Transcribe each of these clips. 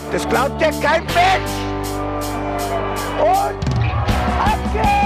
Das glaubt ja kein Mensch. Und ab geht's!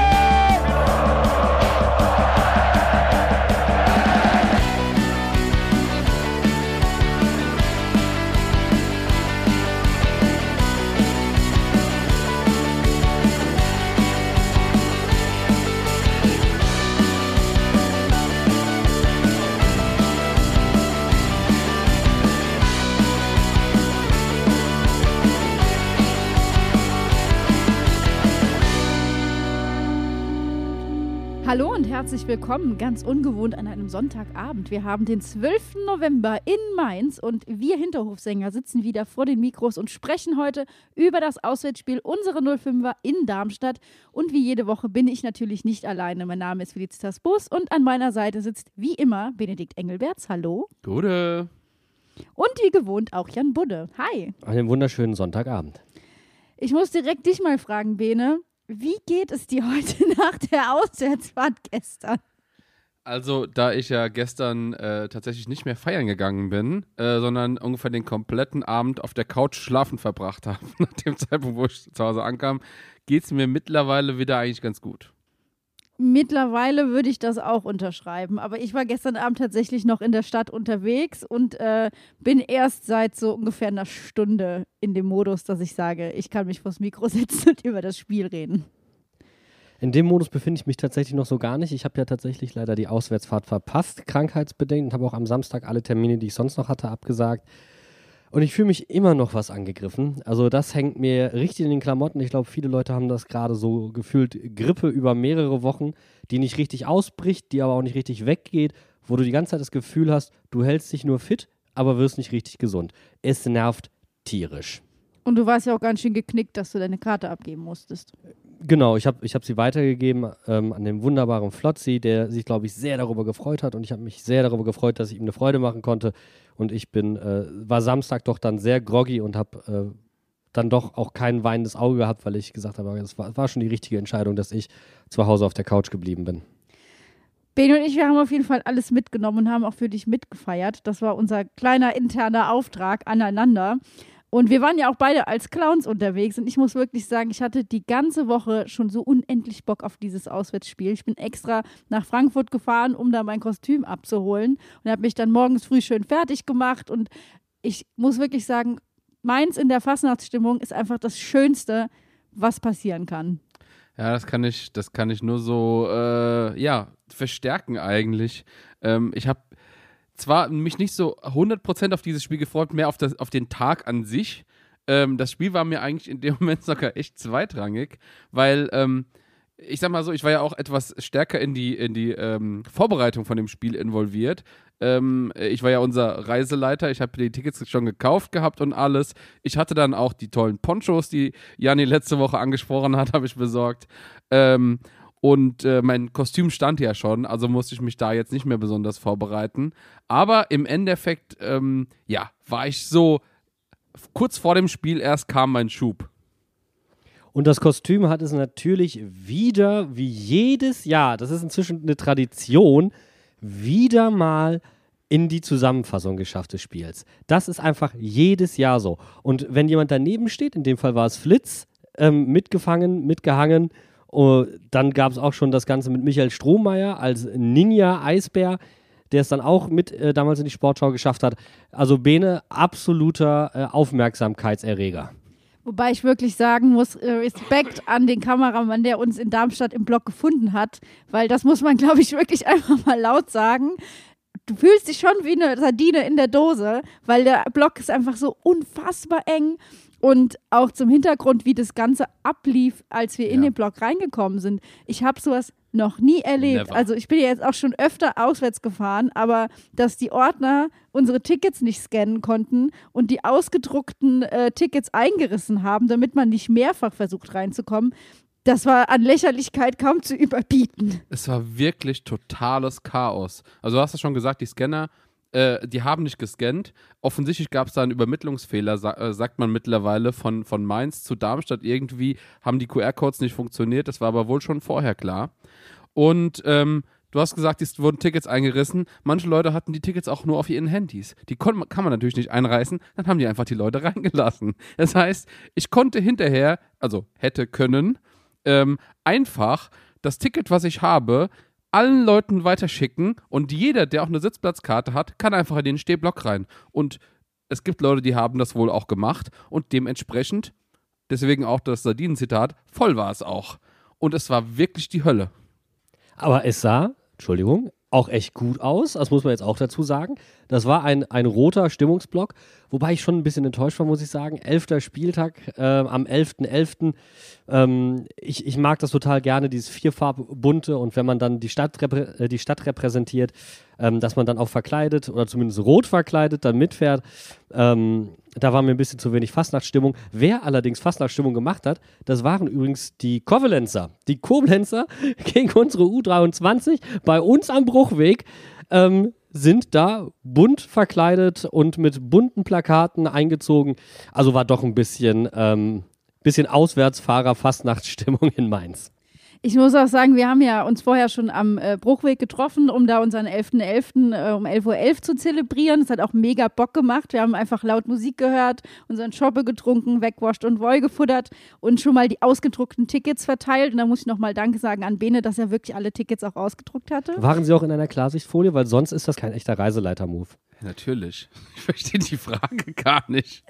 Hallo und herzlich willkommen, ganz ungewohnt an einem Sonntagabend. Wir haben den 12. November in Mainz und wir Hinterhofsänger sitzen wieder vor den Mikros und sprechen heute über das Auswärtsspiel unserer 05er in Darmstadt. Und wie jede Woche bin ich natürlich nicht alleine. Mein Name ist Felicitas Bus und an meiner Seite sitzt wie immer Benedikt Engelberts. Hallo. Gute. Und wie gewohnt auch Jan Budde. Hi. Einen wunderschönen Sonntagabend. Ich muss direkt dich mal fragen, Bene. Wie geht es dir heute nach der Auswärtsfahrt gestern? Also, da ich ja gestern tatsächlich nicht mehr feiern gegangen bin, sondern ungefähr den kompletten Abend auf der Couch schlafen verbracht habe, nach dem Zeitpunkt, wo ich zu Hause ankam, geht es mir mittlerweile wieder eigentlich ganz gut. Mittlerweile würde ich das auch unterschreiben, aber ich war gestern Abend tatsächlich noch in der Stadt unterwegs und bin erst seit so ungefähr einer Stunde in dem Modus, dass ich sage, ich kann mich vors Mikro setzen und über das Spiel reden. In dem Modus befinde ich mich tatsächlich noch so gar nicht. Ich habe ja tatsächlich leider die Auswärtsfahrt verpasst, krankheitsbedingt, und habe auch am Samstag alle Termine, die ich sonst noch hatte, abgesagt. Und ich fühle mich immer noch was angegriffen. Also das hängt mir richtig in den Klamotten. Ich glaube, viele Leute haben das gerade so gefühlt Grippe über mehrere Wochen, die nicht richtig ausbricht, die aber auch nicht richtig weggeht, wo du die ganze Zeit das Gefühl hast, du hältst dich nur fit, aber wirst nicht richtig gesund. Es nervt tierisch. Und du warst ja auch ganz schön geknickt, dass du deine Karte abgeben musstest. Genau, ich hab sie weitergegeben an den wunderbaren Flotzi, der sich, glaube ich, sehr darüber gefreut hat. Und ich habe mich sehr darüber gefreut, dass ich ihm eine Freude machen konnte. Und ich war Samstag doch dann sehr groggy und habe dann doch auch kein weinendes Auge gehabt, weil ich gesagt habe, es war schon die richtige Entscheidung, dass ich zu Hause auf der Couch geblieben bin. Bene und ich, wir haben auf jeden Fall alles mitgenommen und haben auch für dich mitgefeiert. Das war unser kleiner interner Auftrag aneinander. Und wir waren ja auch beide als Clowns unterwegs und ich muss wirklich sagen, ich hatte die ganze Woche schon so unendlich Bock auf dieses Auswärtsspiel. Ich bin extra nach Frankfurt gefahren, um da mein Kostüm abzuholen und habe mich dann morgens früh schön fertig gemacht und ich muss wirklich sagen, Mainz in der Fastnachtsstimmung ist einfach das Schönste, was passieren kann. Ja, das kann ich nur so, verstärken eigentlich. Ich habe zwar mich nicht so 100% auf dieses Spiel gefreut, mehr auf den Tag an sich. Das Spiel war mir eigentlich in dem Moment sogar echt zweitrangig, weil, ich sag mal so, ich war ja auch etwas stärker in die Vorbereitung von dem Spiel involviert. Ich war ja unser Reiseleiter, ich habe die Tickets schon gekauft gehabt und alles. Ich hatte dann auch die tollen Ponchos, die Janni letzte Woche angesprochen hat, habe ich besorgt. Und mein Kostüm stand ja schon, also musste ich mich da jetzt nicht mehr besonders vorbereiten. Aber im Endeffekt, war ich so, kurz vor dem Spiel erst kam mein Schub. Und das Kostüm hat es natürlich wieder, wie jedes Jahr, das ist inzwischen eine Tradition, wieder mal in die Zusammenfassung geschafft des Spiels. Das ist einfach jedes Jahr so. Und wenn jemand daneben steht, in dem Fall war es Flitz, mitgehangen, dann gab es auch schon das Ganze mit Michael Strohmeier als Ninja-Eisbär, der es dann auch mit damals in die Sportschau geschafft hat. Also Bene, absoluter Aufmerksamkeitserreger. Wobei ich wirklich sagen muss, Respekt an den Kameramann, der uns in Darmstadt im Block gefunden hat, weil das muss man, glaube ich, wirklich einfach mal laut sagen. Du fühlst dich schon wie eine Sardine in der Dose, weil der Block ist einfach so unfassbar eng. Und auch zum Hintergrund, wie das Ganze ablief, als wir in den Block reingekommen sind. Ich habe sowas noch nie erlebt. Never. Also ich bin ja jetzt auch schon öfter auswärts gefahren, aber dass die Ordner unsere Tickets nicht scannen konnten und die ausgedruckten Tickets eingerissen haben, damit man nicht mehrfach versucht reinzukommen, das war an Lächerlichkeit kaum zu überbieten. Es war wirklich totales Chaos. Also du hast ja schon gesagt, die Scanner, die haben nicht gescannt. Offensichtlich gab es da einen Übermittlungsfehler, sagt man mittlerweile, von Mainz zu Darmstadt. Irgendwie haben die QR-Codes nicht funktioniert. Das war aber wohl schon vorher klar. Und du hast gesagt, es wurden Tickets eingerissen. Manche Leute hatten die Tickets auch nur auf ihren Handys. Die kann man natürlich nicht einreißen, dann haben die einfach die Leute reingelassen. Das heißt, ich konnte hinterher, also hätte können, einfach das Ticket, was ich habe, allen Leuten weiterschicken und jeder, der auch eine Sitzplatzkarte hat, kann einfach in den Stehblock rein. Und es gibt Leute, die haben das wohl auch gemacht und dementsprechend, deswegen auch das Sardinen-Zitat, voll war es auch. Und es war wirklich die Hölle. Aber es sah, Entschuldigung, auch echt gut aus, das muss man jetzt auch dazu sagen. Das war ein roter Stimmungsblock, wobei ich schon ein bisschen enttäuscht war, muss ich sagen. 11. Spieltag am 11.11. Ich mag das total gerne, dieses vierfarbbunte, und wenn man dann die Stadt repräsentiert, dass man dann auch verkleidet oder zumindest rot verkleidet dann mitfährt. Da war mir ein bisschen zu wenig Fastnachtsstimmung. Wer allerdings Fastnachtsstimmung gemacht hat, das waren übrigens die Kovalenzer. Die Koblenzer gegen unsere U23 bei uns am Bruchweg sind da bunt verkleidet und mit bunten Plakaten eingezogen. Also war doch ein bisschen Auswärtsfahrer-Fastnachtsstimmung in Mainz. Ich muss auch sagen, wir haben ja uns vorher schon am Bruchweg getroffen, um da unseren 11.11. Um 11.11 Uhr zu zelebrieren. Es hat auch mega Bock gemacht. Wir haben einfach laut Musik gehört, unseren Schoppe getrunken, wegwascht und Woi gefuttert und schon mal die ausgedruckten Tickets verteilt. Und da muss ich nochmal Danke sagen an Bene, dass er wirklich alle Tickets auch ausgedruckt hatte. Waren Sie auch in einer Klarsichtfolie? Weil sonst ist das kein echter Reiseleiter-Move. Natürlich. Ich verstehe die Frage gar nicht.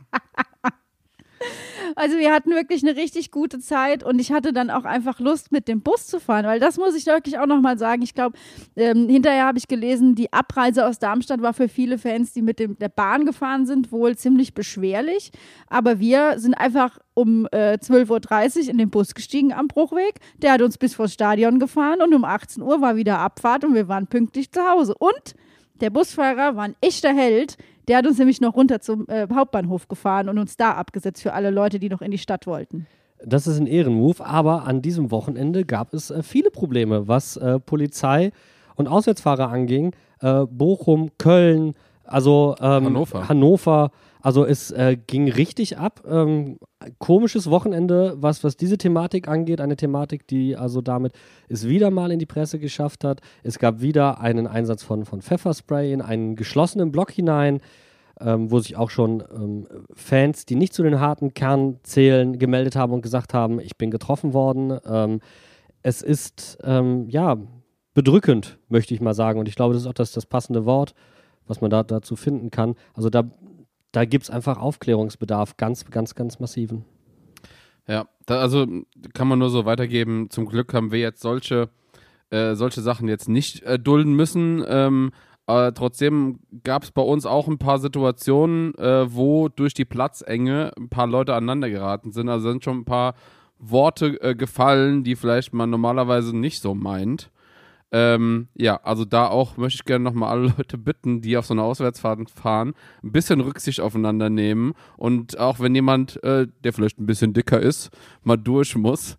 Also wir hatten wirklich eine richtig gute Zeit und ich hatte dann auch einfach Lust, mit dem Bus zu fahren, weil das muss ich wirklich auch nochmal sagen. Ich glaube, hinterher habe ich gelesen, die Abreise aus Darmstadt war für viele Fans, die mit der Bahn gefahren sind, wohl ziemlich beschwerlich. Aber wir sind einfach um 12.30 Uhr in den Bus gestiegen am Bruchweg. Der hat uns bis vors Stadion gefahren und um 18 Uhr war wieder Abfahrt und wir waren pünktlich zu Hause. Und der Busfahrer war ein echter Held. Der hat uns nämlich noch runter zum Hauptbahnhof gefahren und uns da abgesetzt für alle Leute, die noch in die Stadt wollten. Das ist ein Ehrenmove, aber an diesem Wochenende gab es viele Probleme, was Polizei und Auswärtsfahrer anging. Bochum, Köln, also Hannover. Also es ging richtig ab. Komisches Wochenende, was diese Thematik angeht. Eine Thematik, die also damit es wieder mal in die Presse geschafft hat. Es gab wieder einen Einsatz von Pfefferspray in einen geschlossenen Block hinein, wo sich auch schon Fans, die nicht zu den harten Kern zählen, gemeldet haben und gesagt haben, ich bin getroffen worden. Es ist bedrückend, möchte ich mal sagen. Und ich glaube, das ist auch das passende Wort, was man dazu finden kann. Also da gibt es einfach Aufklärungsbedarf, ganz, ganz, ganz massiven. Ja, also kann man nur so weitergeben. Zum Glück haben wir jetzt solche Sachen jetzt nicht dulden müssen. Trotzdem gab es bei uns auch ein paar Situationen, wo durch die Platzenge ein paar Leute aneinander geraten sind. Also sind schon ein paar Worte gefallen, die vielleicht man normalerweise nicht so meint. Also da auch möchte ich gerne nochmal alle Leute bitten, die auf so eine Auswärtsfahrt fahren, ein bisschen Rücksicht aufeinander nehmen und auch wenn jemand, der vielleicht ein bisschen dicker ist, mal durch muss,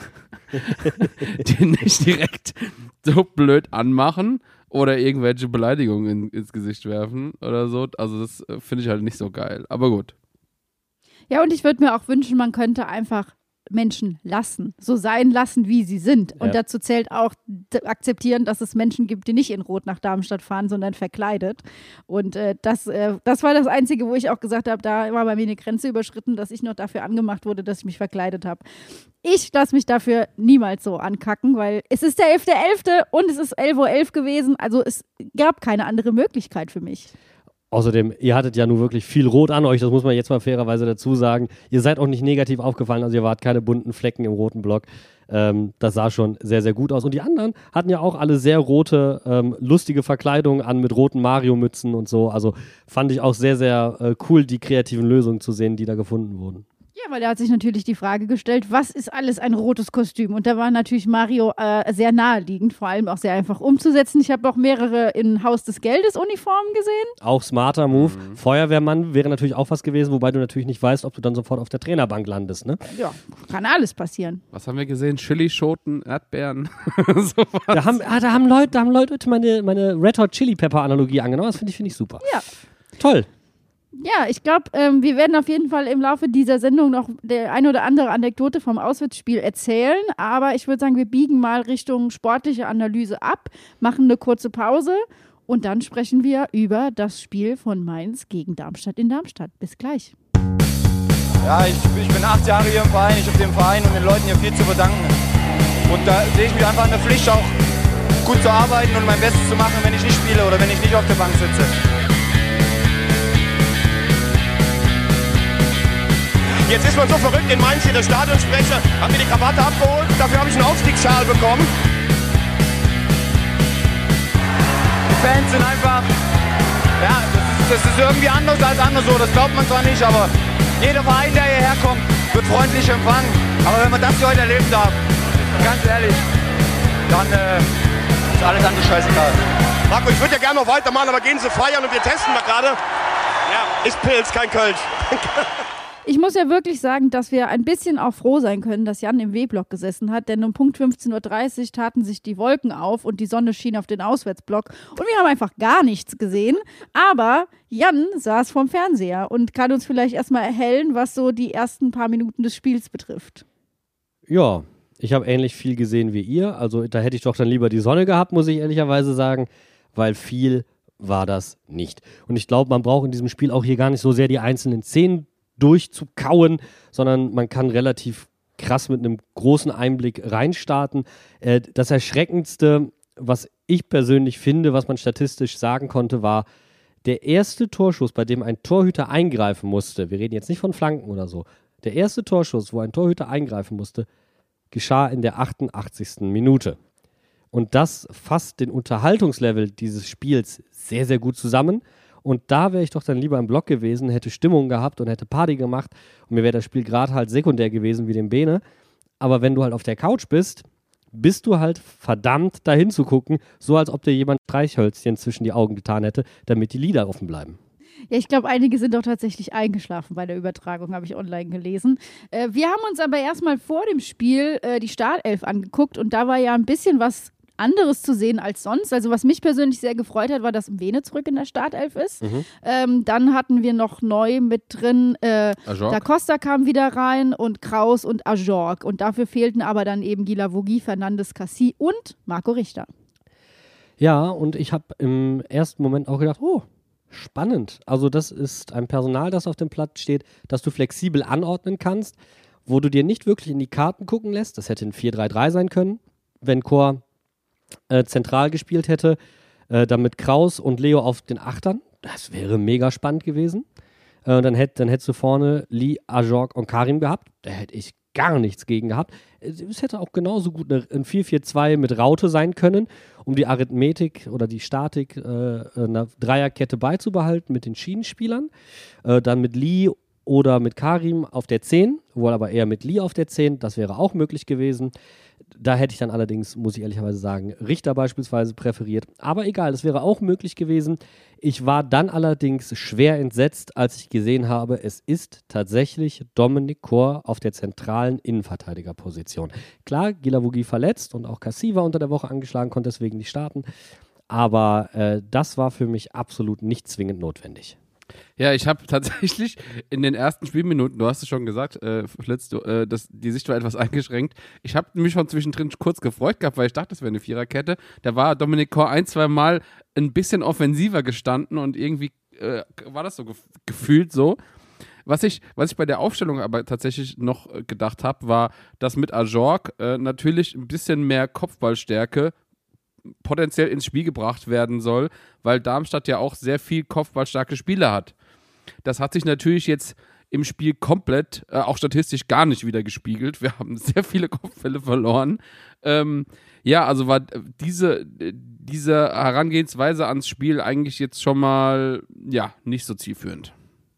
den nicht direkt so blöd anmachen oder irgendwelche Beleidigungen ins Gesicht werfen oder so. Also das finde ich halt nicht so geil, aber gut. Ja, und ich würde mir auch wünschen, man könnte einfach Menschen lassen, so sein lassen, wie sie sind. Und dazu zählt auch akzeptieren, dass es Menschen gibt, die nicht in Rot nach Darmstadt fahren, sondern verkleidet. Und das war das Einzige, wo ich auch gesagt habe, da war bei mir eine Grenze überschritten, dass ich noch dafür angemacht wurde, dass ich mich verkleidet habe. Ich lasse mich dafür niemals so ankacken, weil es ist der 11.11. und es ist 11.11 Uhr gewesen. Also es gab keine andere Möglichkeit für mich. Außerdem, ihr hattet ja nun wirklich viel Rot an euch, das muss man jetzt mal fairerweise dazu sagen. Ihr seid auch nicht negativ aufgefallen, also ihr wart keine bunten Flecken im roten Block. Das sah schon sehr, sehr gut aus. Und die anderen hatten ja auch alle sehr rote, lustige Verkleidungen an mit roten Mario-Mützen und so. Also fand ich auch sehr, sehr cool, die kreativen Lösungen zu sehen, die da gefunden wurden. Ja, weil da hat sich natürlich die Frage gestellt, was ist alles ein rotes Kostüm? Und da war natürlich Mario sehr naheliegend, vor allem auch sehr einfach umzusetzen. Ich habe auch mehrere in Haus des Geldes Uniformen gesehen. Auch smarter Move. Feuerwehrmann wäre natürlich auch was gewesen, wobei du natürlich nicht weißt, ob du dann sofort auf der Trainerbank landest, ne? Ja, kann alles passieren. Was haben wir gesehen? Chilischoten, Erdbeeren, sowas. Da haben Leute meine Red Hot Chili Pepper Analogie angenommen. Das finde ich super. Ja. Toll. Ja, ich glaube, wir werden auf jeden Fall im Laufe dieser Sendung noch der ein oder andere Anekdote vom Auswärtsspiel erzählen. Aber ich würde sagen, wir biegen mal Richtung sportliche Analyse ab, machen eine kurze Pause und dann sprechen wir über das Spiel von Mainz gegen Darmstadt in Darmstadt. Bis gleich. Ja, ich bin 8 Jahre hier im Verein. Ich habe dem Verein und den Leuten hier viel zu verdanken. Und da sehe ich mich einfach in der Pflicht, auch gut zu arbeiten und mein Bestes zu machen, wenn ich nicht spiele oder wenn ich nicht auf der Bank sitze. Jetzt ist man so verrückt in Mainz, hier der Stadionsprecher hat mir die Krawatte abgeholt, dafür habe ich einen Aufstiegsschal bekommen. Die Fans sind einfach, ja, das ist irgendwie anders als anderswo, das glaubt man zwar nicht, aber jeder Verein, der hierher kommt, wird freundlich empfangen. Aber wenn man das hier heute erleben darf, ganz ehrlich, dann ist alles andere scheißegal. Marco, ich würde ja gerne noch weitermachen, aber gehen Sie feiern und wir testen da gerade. Ja, ist Pilz, kein Kölsch. Ich muss ja wirklich sagen, dass wir ein bisschen auch froh sein können, dass Jan im W-Block gesessen hat, denn um Punkt 15:30 Uhr taten sich die Wolken auf und die Sonne schien auf den Auswärtsblock und wir haben einfach gar nichts gesehen. Aber Jan saß vorm Fernseher und kann uns vielleicht erstmal erhellen, was so die ersten paar Minuten des Spiels betrifft. Ja, ich habe ähnlich viel gesehen wie ihr. Also da hätte ich doch dann lieber die Sonne gehabt, muss ich ehrlicherweise sagen, weil viel war das nicht. Und ich glaube, man braucht in diesem Spiel auch hier gar nicht so sehr die einzelnen Szenen durchzukauen, sondern man kann relativ krass mit einem großen Einblick reinstarten. Das Erschreckendste, was ich persönlich finde, was man statistisch sagen konnte, war der erste Torschuss, bei dem ein Torhüter eingreifen musste. Wir reden jetzt nicht von Flanken oder so. Der erste Torschuss, wo ein Torhüter eingreifen musste, geschah in der 88. Minute. Und das fasst den Unterhaltungslevel dieses Spiels sehr, sehr gut zusammen. Und da wäre ich doch dann lieber im Block gewesen, hätte Stimmung gehabt und hätte Party gemacht. Und mir wäre das Spiel gerade halt sekundär gewesen wie dem Bene. Aber wenn du halt auf der Couch bist, bist du halt verdammt dahin zu gucken, so als ob dir jemand Streichhölzchen zwischen die Augen getan hätte, damit die Lider offen bleiben. Ja, ich glaube, einige sind doch tatsächlich eingeschlafen bei der Übertragung, habe ich online gelesen. Wir haben uns aber erstmal vor dem Spiel die Startelf angeguckt und da war ja ein bisschen was anderes zu sehen als sonst. Also was mich persönlich sehr gefreut hat, war, dass Mbene zurück in der Startelf ist. Dann hatten wir noch neu mit drin, Da Costa kam wieder rein und Kraus und Ajorg. Und dafür fehlten aber dann eben Guilavogui, Fernandes, Cassie und Marco Richter. Ja, und ich habe im ersten Moment auch gedacht, oh, spannend. Also das ist ein Personal, das auf dem Platz steht, das du flexibel anordnen kannst, wo du dir nicht wirklich in die Karten gucken lässt. Das hätte ein 4-3-3 sein können, wenn Chor zentral gespielt hätte, damit Kraus und Leo auf den Achtern. Das wäre mega spannend gewesen. Dann hättest du vorne Lee, Ajorg und Karim gehabt. Da hätte ich gar nichts gegen gehabt. Es hätte auch genauso gut ein 4-4-2 mit Raute sein können, um die Arithmetik oder die Statik einer Dreierkette beizubehalten mit den Schienenspielern. Dann mit Lee oder mit Karim auf der 10, wohl aber eher mit Lee auf der 10. Das wäre auch möglich gewesen. Da hätte ich dann allerdings, muss ich ehrlicherweise sagen, Richter beispielsweise präferiert. Aber egal, das wäre auch möglich gewesen. Ich war dann allerdings schwer entsetzt, als ich gesehen habe, es ist tatsächlich Dominik Kor auf der zentralen Innenverteidigerposition. Klar, Guilavogui verletzt und auch Cassie war unter der Woche angeschlagen, konnte deswegen nicht starten. Aber das war für mich absolut nicht zwingend notwendig. Ja, ich habe tatsächlich in den ersten Spielminuten, du hast es schon gesagt, Flitz, die Sicht war etwas eingeschränkt. Ich habe mich schon zwischendrin kurz gefreut gehabt, weil ich dachte, das wäre eine Viererkette. Da war Dominik Kor 1-2 Mal ein bisschen offensiver gestanden und irgendwie war das so gefühlt so. Was ich bei der Aufstellung aber tatsächlich noch gedacht habe, war, dass mit Ajorg natürlich ein bisschen mehr Kopfballstärke potenziell ins Spiel gebracht werden soll, weil Darmstadt ja auch sehr viel kopfballstarke Spieler hat. Das hat sich natürlich jetzt im Spiel komplett, auch statistisch gar nicht wieder gespiegelt. Wir haben sehr viele Kopfbälle verloren. Ja, also war diese Herangehensweise ans Spiel eigentlich jetzt schon mal, ja, nicht so zielführend.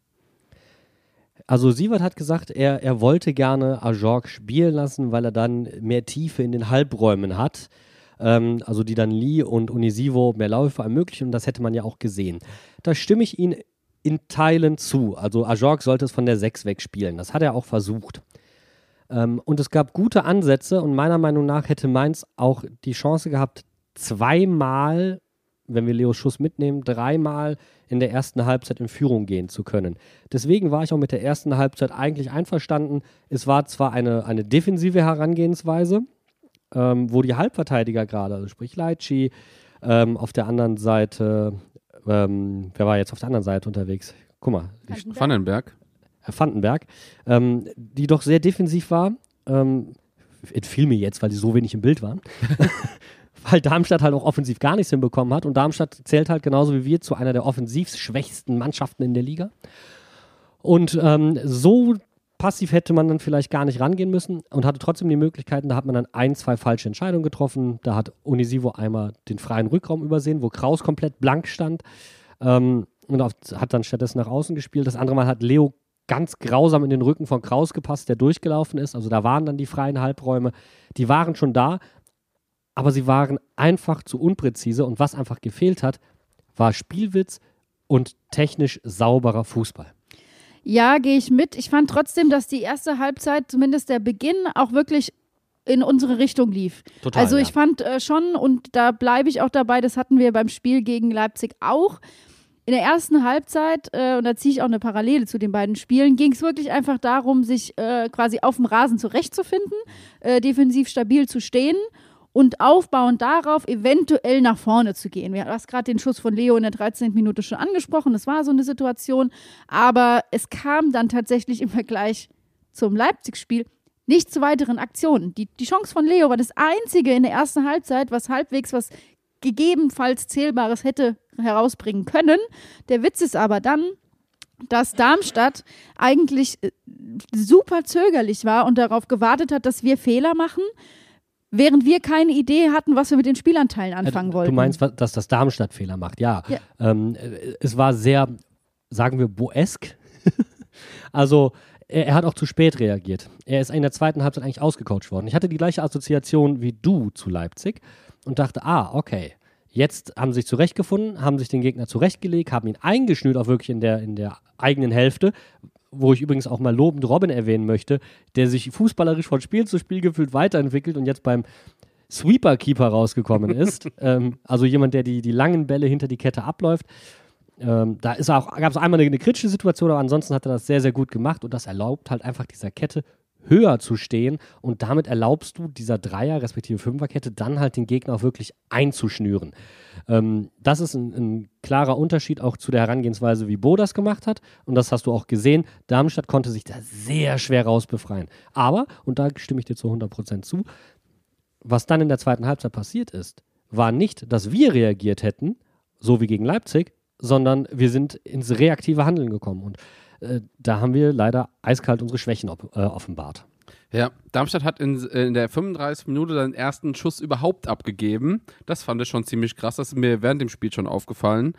Also Sievert hat gesagt, er wollte gerne Ajorg spielen lassen, weil er dann mehr Tiefe in den Halbräumen hat. Also die dann Lee und Unisivo mehr Läufe ermöglichen und das hätte man ja auch gesehen. Da stimme ich Ihnen in Teilen zu. Also Ajorg sollte es von der 6 wegspielen. Das hat er auch versucht. Und es gab gute Ansätze und meiner Meinung nach hätte Mainz auch die Chance gehabt, zweimal wenn wir Leos Schuss mitnehmen, 3-mal in der ersten Halbzeit in Führung gehen zu können. Deswegen war ich auch mit der ersten Halbzeit eigentlich einverstanden. Es war zwar eine defensive Herangehensweise, wo die Halbverteidiger gerade, also sprich Leitschi, auf der anderen Seite, wer war jetzt auf der anderen Seite unterwegs? Guck mal. Vandenberg. Vandenberg, die doch sehr defensiv war. Entfiel mir jetzt, weil sie so wenig im Bild waren. Weil Darmstadt halt auch offensiv gar nichts hinbekommen hat. Und Darmstadt zählt halt genauso wie wir zu einer der offensiv schwächsten Mannschaften in der Liga. Und so passiv hätte man dann vielleicht gar nicht rangehen müssen und hatte trotzdem die Möglichkeiten. Da hat man dann 1-2 falsche Entscheidungen getroffen. Da hat Onisivo einmal den freien Rückraum übersehen, wo Kraus komplett blank stand. Und hat dann stattdessen nach außen gespielt. Das andere Mal hat Leo ganz grausam in den Rücken von Kraus gepasst, der durchgelaufen ist. Also da waren dann die freien Halbräume. Die waren schon da, aber sie waren einfach zu unpräzise. Und was einfach gefehlt hat, war Spielwitz und technisch sauberer Fußball. Ja, gehe ich mit. Ich fand trotzdem, dass die erste Halbzeit, zumindest der Beginn, auch wirklich in unsere Richtung lief. Total, also ich fand schon, und da bleibe ich auch dabei, das hatten wir beim Spiel gegen Leipzig auch, in der ersten Halbzeit, und da ziehe ich auch eine Parallele zu den beiden Spielen, ging es wirklich einfach darum, sich quasi auf dem Rasen zurechtzufinden, defensiv stabil zu stehen und aufbauend darauf eventuell nach vorne zu gehen. Du hast gerade den Schuss von Leo in der 13. Minute schon angesprochen, das war so eine Situation, aber es kam dann tatsächlich im Vergleich zum Leipzig-Spiel nicht zu weiteren Aktionen. Die Chance von Leo war das einzige in der ersten Halbzeit, was halbwegs was gegebenenfalls Zählbares hätte herausbringen können. Der Witz ist aber dann, dass Darmstadt eigentlich super zögerlich war und darauf gewartet hat, dass wir Fehler machen, während wir keine Idee hatten, was wir mit den Spielanteilen anfangen wollten. Du meinst, dass das Darmstadt Fehler macht? Ja. Es war sehr, sagen wir, boesk. Also er hat auch zu spät reagiert. Er ist in der zweiten Halbzeit eigentlich ausgecoacht worden. Ich hatte die gleiche Assoziation wie du zu Leipzig und dachte, okay, jetzt haben sie sich zurechtgefunden, haben sich den Gegner zurechtgelegt, haben ihn eingeschnürt, auch wirklich in der eigenen Hälfte, wo ich übrigens auch mal lobend Robin erwähnen möchte, der sich fußballerisch von Spiel zu Spiel gefühlt weiterentwickelt und jetzt beim Sweeper-Keeper rausgekommen ist. Also jemand, der die langen Bälle hinter die Kette abläuft. Da gab es einmal eine kritische Situation, aber ansonsten hat er das sehr, sehr gut gemacht und das erlaubt halt einfach dieser Kette höher zu stehen und damit erlaubst du dieser Dreier- respektive Fünferkette dann halt den Gegner auch wirklich einzuschnüren. Das ist ein klarer Unterschied auch zu der Herangehensweise, wie Bo das gemacht hat und das hast du auch gesehen, Darmstadt konnte sich da sehr schwer rausbefreien. Aber, und da stimme ich dir zu 100% zu, was dann in der zweiten Halbzeit passiert ist, war nicht, dass wir reagiert hätten, so wie gegen Leipzig, sondern wir sind ins reaktive Handeln gekommen und da haben wir leider eiskalt unsere Schwächen offenbart. Ja, Darmstadt hat in der 35. Minute seinen ersten Schuss überhaupt abgegeben. Das fand ich schon ziemlich krass. Das ist mir während dem Spiel schon aufgefallen.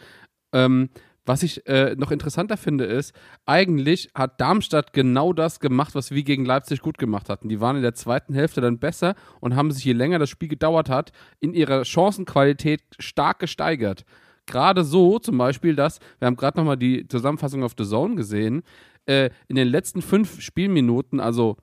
Was ich noch interessanter finde ist, eigentlich hat Darmstadt genau das gemacht, was wir gegen Leipzig gut gemacht hatten. Die waren in der zweiten Hälfte dann besser und haben sich, je länger das Spiel gedauert hat, in ihrer Chancenqualität stark gesteigert. Gerade so zum Beispiel, wir haben gerade nochmal die Zusammenfassung auf The Zone gesehen, in den letzten 5 Spielminuten, also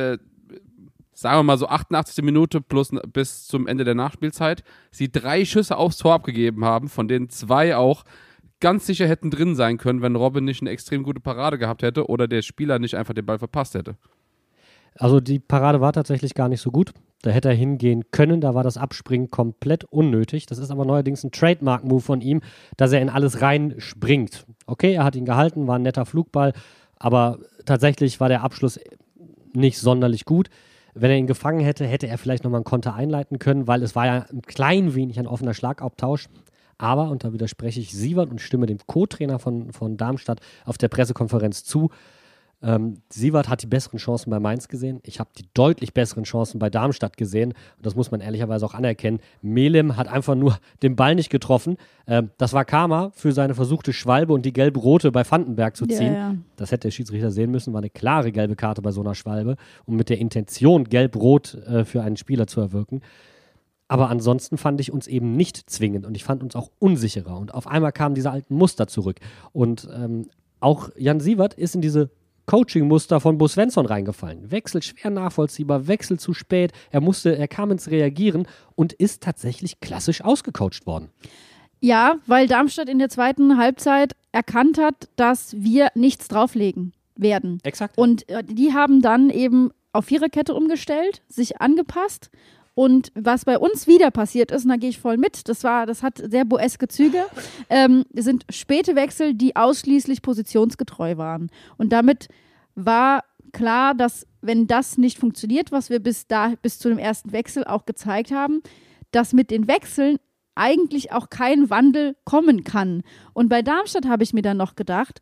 sagen wir mal so 88. Minute plus bis zum Ende der Nachspielzeit, sie 3 Schüsse aufs Tor abgegeben haben, von denen 2 auch ganz sicher hätten drin sein können, wenn Robin nicht eine extrem gute Parade gehabt hätte oder der Spieler nicht einfach den Ball verpasst hätte. Also die Parade war tatsächlich gar nicht so gut. Da hätte er hingehen können, da war das Abspringen komplett unnötig. Das ist aber neuerdings ein Trademark-Move von ihm, dass er in alles reinspringt. Okay, er hat ihn gehalten, war ein netter Flugball, aber tatsächlich war der Abschluss nicht sonderlich gut. Wenn er ihn gefangen hätte, hätte er vielleicht nochmal einen Konter einleiten können, weil es war ja ein klein wenig ein offener Schlagabtausch. Aber, und da widerspreche ich Sievert und stimme dem Co-Trainer von Darmstadt auf der Pressekonferenz zu, Sievert hat die besseren Chancen bei Mainz gesehen. Ich habe die deutlich besseren Chancen bei Darmstadt gesehen. Und das muss man ehrlicherweise auch anerkennen. Melem hat einfach nur den Ball nicht getroffen. Das war Karma für seine versuchte Schwalbe und die gelb-rote bei Vandenberg zu ziehen. Ja. Das hätte der Schiedsrichter sehen müssen. War eine klare gelbe Karte bei so einer Schwalbe. Und mit der Intention, gelb-rot für einen Spieler zu erwirken. Aber ansonsten fand ich uns eben nicht zwingend. Und ich fand uns auch unsicherer. Und auf einmal kamen diese alten Muster zurück. Und auch Jan Sievert ist in diese Coaching-Muster von Bo Svensson reingefallen. Wechsel schwer nachvollziehbar, Wechsel zu spät. Er kam ins Reagieren und ist tatsächlich klassisch ausgecoacht worden. Ja, weil Darmstadt in der zweiten Halbzeit erkannt hat, dass wir nichts drauflegen werden. Exakt. Und die haben dann eben auf Viererkette umgestellt, sich angepasst. Und was bei uns wieder passiert ist, und da gehe ich voll mit, das hat sehr boeske Züge, sind späte Wechsel, die ausschließlich positionsgetreu waren. Und damit war klar, dass wenn das nicht funktioniert, was wir bis zu dem ersten Wechsel auch gezeigt haben, dass mit den Wechseln eigentlich auch kein Wandel kommen kann. Und bei Darmstadt habe ich mir dann noch gedacht,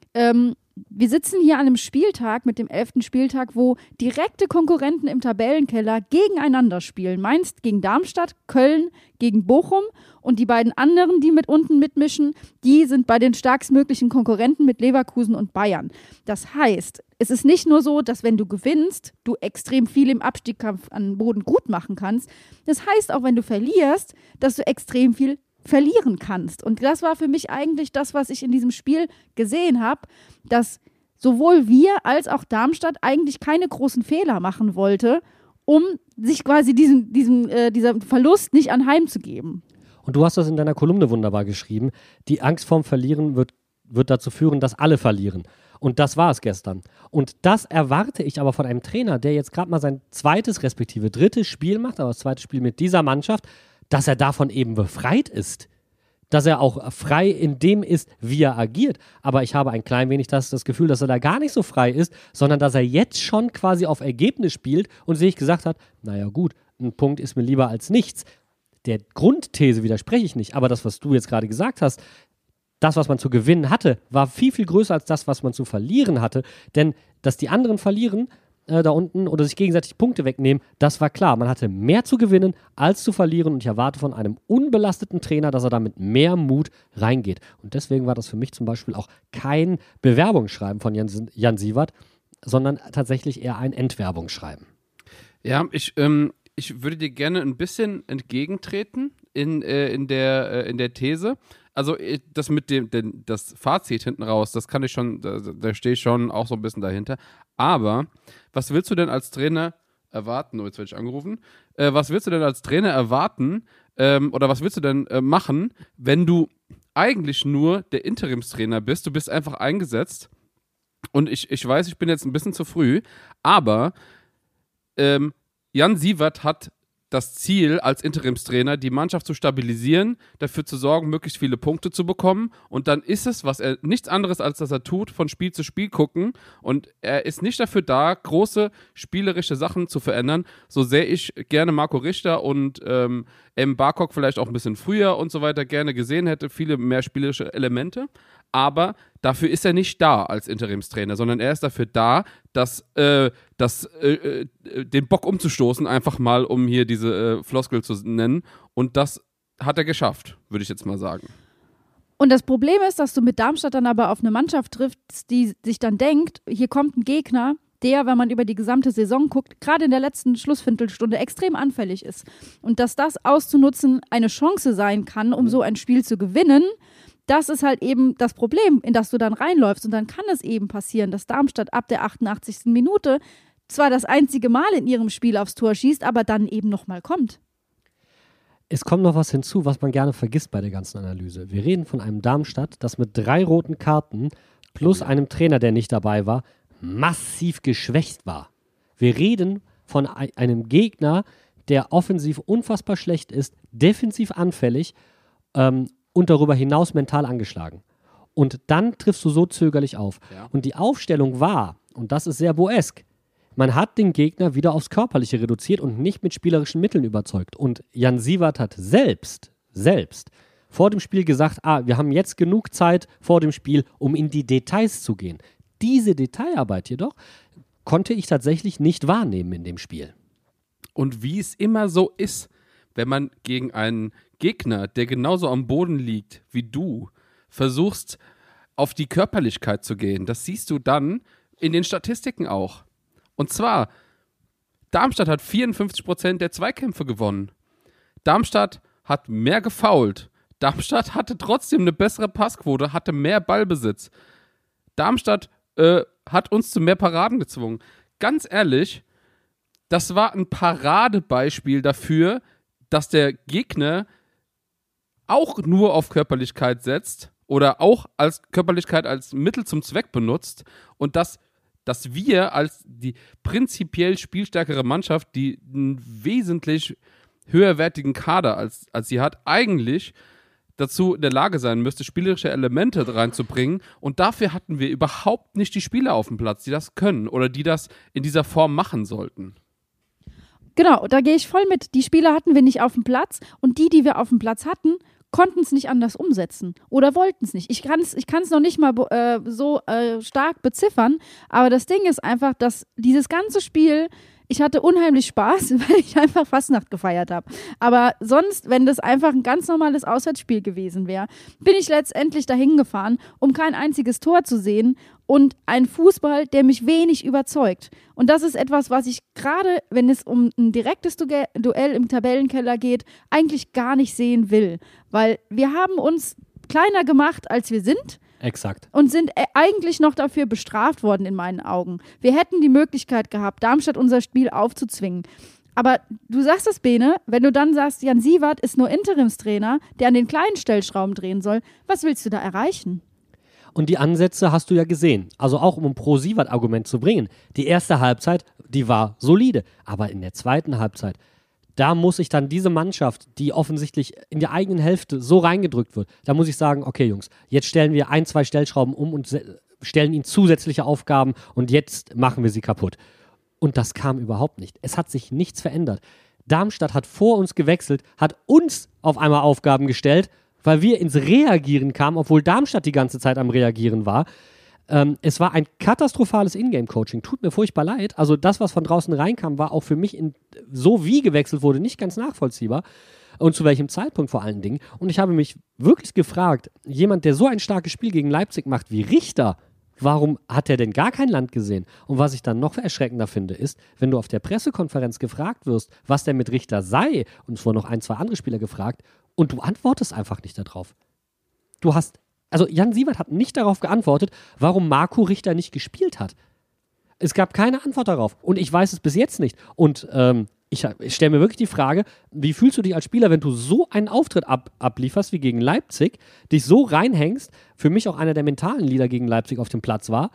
wir sitzen hier an einem Spieltag, mit dem 11. Spieltag, wo direkte Konkurrenten im Tabellenkeller gegeneinander spielen. Mainz gegen Darmstadt, Köln gegen Bochum und die beiden anderen, die mit unten mitmischen, die sind bei den stärkstmöglichen Konkurrenten mit Leverkusen und Bayern. Das heißt, es ist nicht nur so, dass wenn du gewinnst, du extrem viel im Abstiegskampf an Boden gut machen kannst. Das heißt auch, wenn du verlierst, dass du extrem viel verlieren kannst. Und das war für mich eigentlich das, was ich in diesem Spiel gesehen habe, dass sowohl wir als auch Darmstadt eigentlich keine großen Fehler machen wollte, um sich quasi dieser Verlust nicht anheimzugeben. Und du hast das in deiner Kolumne wunderbar geschrieben. Die Angst vorm Verlieren wird dazu führen, dass alle verlieren. Und das war es gestern. Und das erwarte ich aber von einem Trainer, der jetzt gerade mal sein zweites respektive drittes Spiel macht, aber das zweite Spiel mit dieser Mannschaft, dass er davon eben befreit ist. Dass er auch frei in dem ist, wie er agiert. Aber ich habe ein klein wenig das Gefühl, dass er da gar nicht so frei ist, sondern dass er jetzt schon quasi auf Ergebnis spielt und sich gesagt hat, naja gut, ein Punkt ist mir lieber als nichts. Der Grundthese widerspreche ich nicht, aber das, was du jetzt gerade gesagt hast, das, was man zu gewinnen hatte, war viel, viel größer als das, was man zu verlieren hatte. Denn, dass die anderen verlieren, da unten oder sich gegenseitig Punkte wegnehmen, das war klar. Man hatte mehr zu gewinnen als zu verlieren und ich erwarte von einem unbelasteten Trainer, dass er da mit mehr Mut reingeht. Und deswegen war das für mich zum Beispiel auch kein Bewerbungsschreiben von Jan Siewert, sondern tatsächlich eher ein Entwerbungsschreiben. Ja, ich würde dir gerne ein bisschen entgegentreten in der These. Also das mit das Fazit hinten raus, das kann ich schon, da stehe ich schon auch so ein bisschen dahinter. Aber was willst du denn als Trainer erwarten? Oh, jetzt werde ich angerufen. Was willst du denn als Trainer erwarten oder was willst du denn machen, wenn du eigentlich nur der Interimstrainer bist? Du bist einfach eingesetzt und ich weiß, ich bin jetzt ein bisschen zu früh, aber Jan Siewert hat das Ziel als Interimstrainer, die Mannschaft zu stabilisieren, dafür zu sorgen, möglichst viele Punkte zu bekommen und dann ist es, was er nichts anderes als das er tut, von Spiel zu Spiel gucken und er ist nicht dafür da, große spielerische Sachen zu verändern, so sehr ich gerne Marco Richter und M. Barkok vielleicht auch ein bisschen früher und so weiter gerne gesehen hätte, viele mehr spielerische Elemente, aber dafür ist er nicht da als Interimstrainer, sondern er ist dafür da, den Bock umzustoßen, einfach mal, um hier diese Floskel zu nennen. Und das hat er geschafft, würde ich jetzt mal sagen. Und das Problem ist, dass du mit Darmstadt dann aber auf eine Mannschaft triffst, die sich dann denkt, hier kommt ein Gegner, der, wenn man über die gesamte Saison guckt, gerade in der letzten Schlussviertelstunde extrem anfällig ist. Und dass das auszunutzen eine Chance sein kann, um so ein Spiel zu gewinnen, das ist halt eben das Problem, in das du dann reinläufst. Und dann kann es eben passieren, dass Darmstadt ab der 88. Minute zwar das einzige Mal in ihrem Spiel aufs Tor schießt, aber dann eben nochmal kommt. Es kommt noch was hinzu, was man gerne vergisst bei der ganzen Analyse. Wir reden von einem Darmstadt, das mit 3 roten Karten plus einem Trainer, der nicht dabei war, massiv geschwächt war. Wir reden von einem Gegner, der offensiv unfassbar schlecht ist, defensiv anfällig, und darüber hinaus mental angeschlagen. Und dann triffst du so zögerlich auf. Ja. Und die Aufstellung war, und das ist sehr boesk, man hat den Gegner wieder aufs Körperliche reduziert und nicht mit spielerischen Mitteln überzeugt. Und Jan Siewert hat selbst vor dem Spiel gesagt, wir haben jetzt genug Zeit vor dem Spiel, um in die Details zu gehen. Diese Detailarbeit jedoch konnte ich tatsächlich nicht wahrnehmen in dem Spiel. Und wie es immer so ist, wenn man gegen einen Gegner, der genauso am Boden liegt wie du, versuchst, auf die Körperlichkeit zu gehen. Das siehst du dann in den Statistiken auch. Und zwar, Darmstadt hat 54% der Zweikämpfe gewonnen. Darmstadt hat mehr gefoult. Darmstadt hatte trotzdem eine bessere Passquote, hatte mehr Ballbesitz. Darmstadt hat uns zu mehr Paraden gezwungen. Ganz ehrlich, das war ein Paradebeispiel dafür, dass der Gegner auch nur auf Körperlichkeit setzt oder auch als Körperlichkeit als Mittel zum Zweck benutzt und dass wir als die prinzipiell spielstärkere Mannschaft, die einen wesentlich höherwertigen Kader als sie hat, eigentlich dazu in der Lage sein müsste, spielerische Elemente reinzubringen. Und dafür hatten wir überhaupt nicht die Spieler auf dem Platz, die das können oder die das in dieser Form machen sollten. Genau, da gehe ich voll mit. Die Spieler hatten wir nicht auf dem Platz und die wir auf dem Platz hatten, konnten es nicht anders umsetzen oder wollten es nicht. Ich kann es noch nicht mal so stark beziffern, aber das Ding ist einfach, dass dieses ganze Spiel, ich hatte unheimlich Spaß, weil ich einfach Fastnacht gefeiert habe. Aber sonst, wenn das einfach ein ganz normales Auswärtsspiel gewesen wäre, bin ich letztendlich dahin gefahren, um kein einziges Tor zu sehen und ein Fußball, der mich wenig überzeugt. Und das ist etwas, was ich gerade, wenn es um ein direktes Duell im Tabellenkeller geht, eigentlich gar nicht sehen will. Weil wir haben uns kleiner gemacht, als wir sind. Exakt. Und sind eigentlich noch dafür bestraft worden in meinen Augen. Wir hätten die Möglichkeit gehabt, Darmstadt unser Spiel aufzuzwingen. Aber du sagst es, Bene, wenn du dann sagst, Jan Siewert ist nur Interimstrainer, der an den kleinen Stellschrauben drehen soll, was willst du da erreichen? Und die Ansätze hast du ja gesehen. Also auch um ein Pro-Siewert-Argument zu bringen. Die erste Halbzeit, die war solide. Aber in der zweiten Halbzeit, da muss ich dann diese Mannschaft, die offensichtlich in der eigenen Hälfte so reingedrückt wird, da muss ich sagen, okay Jungs, jetzt stellen wir 1-2 Stellschrauben um und stellen ihnen zusätzliche Aufgaben und jetzt machen wir sie kaputt. Und das kam überhaupt nicht. Es hat sich nichts verändert. Darmstadt hat vor uns gewechselt, hat uns auf einmal Aufgaben gestellt, weil wir ins Reagieren kamen, obwohl Darmstadt die ganze Zeit am Reagieren war. Es war ein katastrophales Ingame-Coaching. Tut mir furchtbar leid. Also das, was von draußen reinkam, war auch für mich, so wie gewechselt wurde, nicht ganz nachvollziehbar. Und zu welchem Zeitpunkt vor allen Dingen. Und ich habe mich wirklich gefragt, jemand, der so ein starkes Spiel gegen Leipzig macht wie Richter, warum hat er denn gar kein Land gesehen? Und was ich dann noch erschreckender finde, ist, wenn du auf der Pressekonferenz gefragt wirst, was denn mit Richter sei, und es wurden noch 1, 2 andere Spieler gefragt, und du antwortest einfach nicht darauf. Also Jan Siewert hat nicht darauf geantwortet, warum Marco Richter nicht gespielt hat. Es gab keine Antwort darauf. Und ich weiß es bis jetzt nicht. Und ich stelle mir wirklich die Frage, wie fühlst du dich als Spieler, wenn du so einen Auftritt ablieferst wie gegen Leipzig, dich so reinhängst, für mich auch einer der mentalen Leader gegen Leipzig auf dem Platz war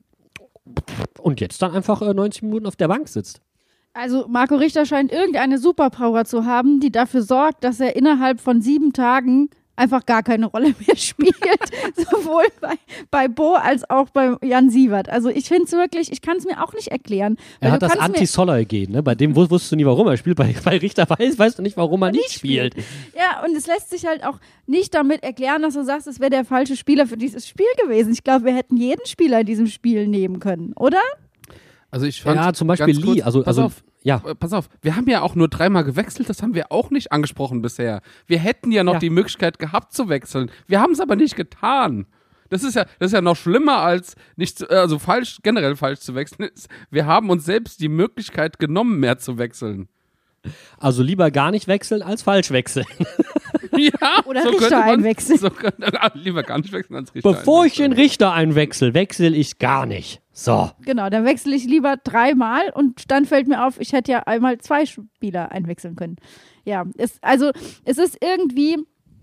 und jetzt dann einfach 90 Minuten auf der Bank sitzt. Also Marco Richter scheint irgendeine Superpower zu haben, die dafür sorgt, dass er innerhalb von 7 Tagen einfach gar keine Rolle mehr spielt. Sowohl bei Bo als auch bei Jan Siewert. Also ich finde es wirklich, ich kann es mir auch nicht erklären. Er hat das Anti-Soller-Gen, ne? Bei dem wusstest du nie, warum er spielt. Bei Richter weißt du nicht, warum er nicht spielt. Ja, und es lässt sich halt auch nicht damit erklären, dass du sagst, es wäre der falsche Spieler für dieses Spiel gewesen. Ich glaube, wir hätten jeden Spieler in diesem Spiel nehmen können, oder? Also ich fand, ja, zum Beispiel Lee. Pass auf, wir haben ja auch nur 3-mal gewechselt, das haben wir auch nicht angesprochen bisher. Wir hätten ja noch die Möglichkeit gehabt zu wechseln. Wir haben es aber nicht getan. Das ist ja noch schlimmer als generell falsch zu wechseln. Wir haben uns selbst die Möglichkeit genommen, mehr zu wechseln. Also lieber gar nicht wechseln als falsch wechseln. Ja, oder so Richter einwechseln. Lieber gar nicht wechseln als Richter Bevor ich den Richter einwechsel, wechsle ich gar nicht. So. Genau, dann wechsle ich lieber 3-mal und dann fällt mir auf, ich hätte ja einmal 2 Spieler einwechseln können. Ja, es ist irgendwie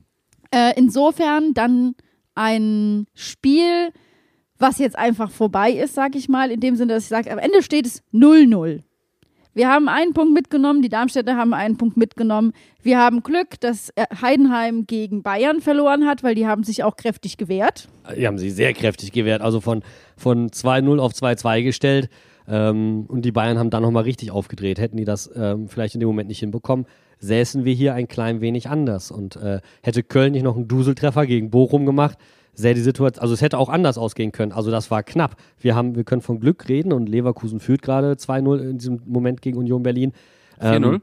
insofern dann ein Spiel, was jetzt einfach vorbei ist, sag ich mal, in dem Sinne, dass ich sage, am Ende steht es 0-0. Wir haben einen Punkt mitgenommen, die Darmstädter haben einen Punkt mitgenommen. Wir haben Glück, dass Heidenheim gegen Bayern verloren hat, weil die haben sich auch kräftig gewehrt. Die haben sich sehr kräftig gewehrt, also von 2-0 auf 2-2 gestellt. Und die Bayern haben dann nochmal richtig aufgedreht. Hätten die das vielleicht in dem Moment nicht hinbekommen, säßen wir hier ein klein wenig anders. Und hätte Köln nicht noch einen Duseltreffer gegen Bochum gemacht, sähe die Situation, also es hätte auch anders ausgehen können. Also das war knapp. Wir können von Glück reden und Leverkusen führt gerade 2-0 in diesem Moment gegen Union Berlin. 4-0?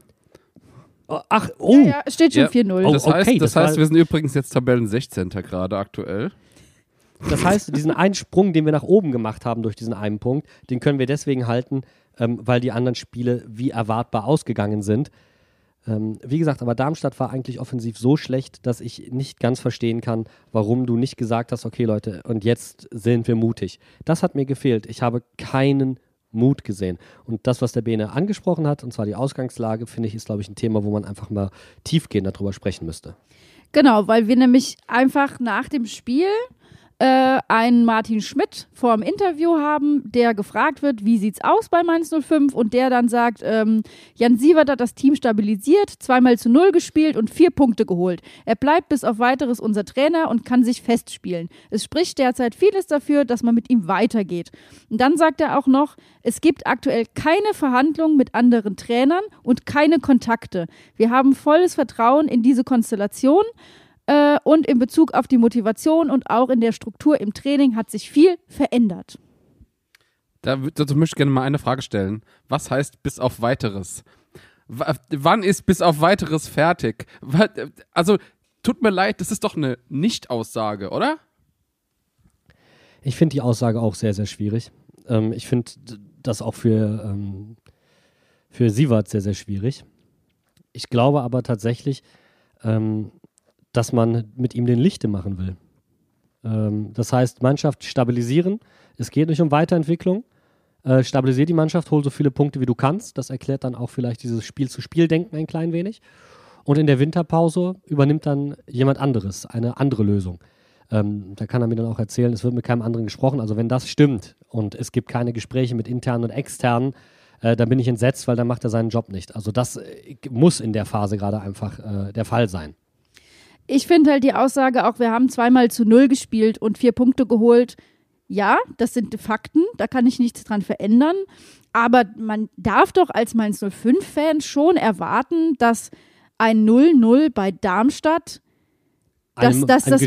Ja, es steht schon 4-0. Das heißt, wir sind übrigens jetzt Tabellen 16. gerade aktuell. Das heißt, diesen einen Sprung, den wir nach oben gemacht haben durch diesen einen Punkt, den können wir deswegen halten, weil die anderen Spiele wie erwartbar ausgegangen sind. Wie gesagt, aber Darmstadt war eigentlich offensiv so schlecht, dass ich nicht ganz verstehen kann, warum du nicht gesagt hast, okay Leute, und jetzt sind wir mutig. Das hat mir gefehlt. Ich habe keinen Mut gesehen. Und das, was der Bene angesprochen hat, und zwar die Ausgangslage, finde ich, ist, glaube ich, ein Thema, wo man einfach mal tiefgehend darüber sprechen müsste. Genau, weil wir nämlich einfach nach dem Spiel einen Martin Schmidt vor dem Interview haben, der gefragt wird, wie sieht's aus bei Mainz 05 und der dann sagt, Jan Siewert hat das Team stabilisiert, 2-0 gespielt und 4 Punkte geholt. Er bleibt bis auf Weiteres unser Trainer und kann sich festspielen. Es spricht derzeit vieles dafür, dass man mit ihm weitergeht. Und dann sagt er auch noch, es gibt aktuell keine Verhandlungen mit anderen Trainern und keine Kontakte. Wir haben volles Vertrauen in diese Konstellation. Und in Bezug auf die Motivation und auch in der Struktur im Training hat sich viel verändert. Dazu möchte ich gerne mal eine Frage stellen. Was heißt bis auf Weiteres? Wann ist bis auf Weiteres fertig? Also, tut mir leid, das ist doch eine Nicht-Aussage, oder? Ich finde die Aussage auch sehr, sehr schwierig. Ich finde das auch für Siewert sehr, sehr schwierig. Ich glaube aber tatsächlich, dass man mit ihm den Lichte machen will. Das heißt, Mannschaft stabilisieren. Es geht nicht um Weiterentwicklung. Stabilisier die Mannschaft, hol so viele Punkte, wie du kannst. Das erklärt dann auch vielleicht dieses Spiel-zu-Spiel-Denken ein klein wenig. Und in der Winterpause übernimmt dann jemand anderes, eine andere Lösung. Da kann er mir dann auch erzählen, es wird mit keinem anderen gesprochen. Also wenn das stimmt und es gibt keine Gespräche mit internen und externen, dann bin ich entsetzt, weil dann macht er seinen Job nicht. Also das muss in der Phase gerade einfach der Fall sein. Ich finde halt die Aussage auch, wir haben 2-0 gespielt und 4 Punkte geholt. Ja, das sind Fakten, da kann ich nichts dran verändern. Aber man darf doch als Mainz 05-Fan schon erwarten, dass ein 0-0 bei Darmstadt, dass das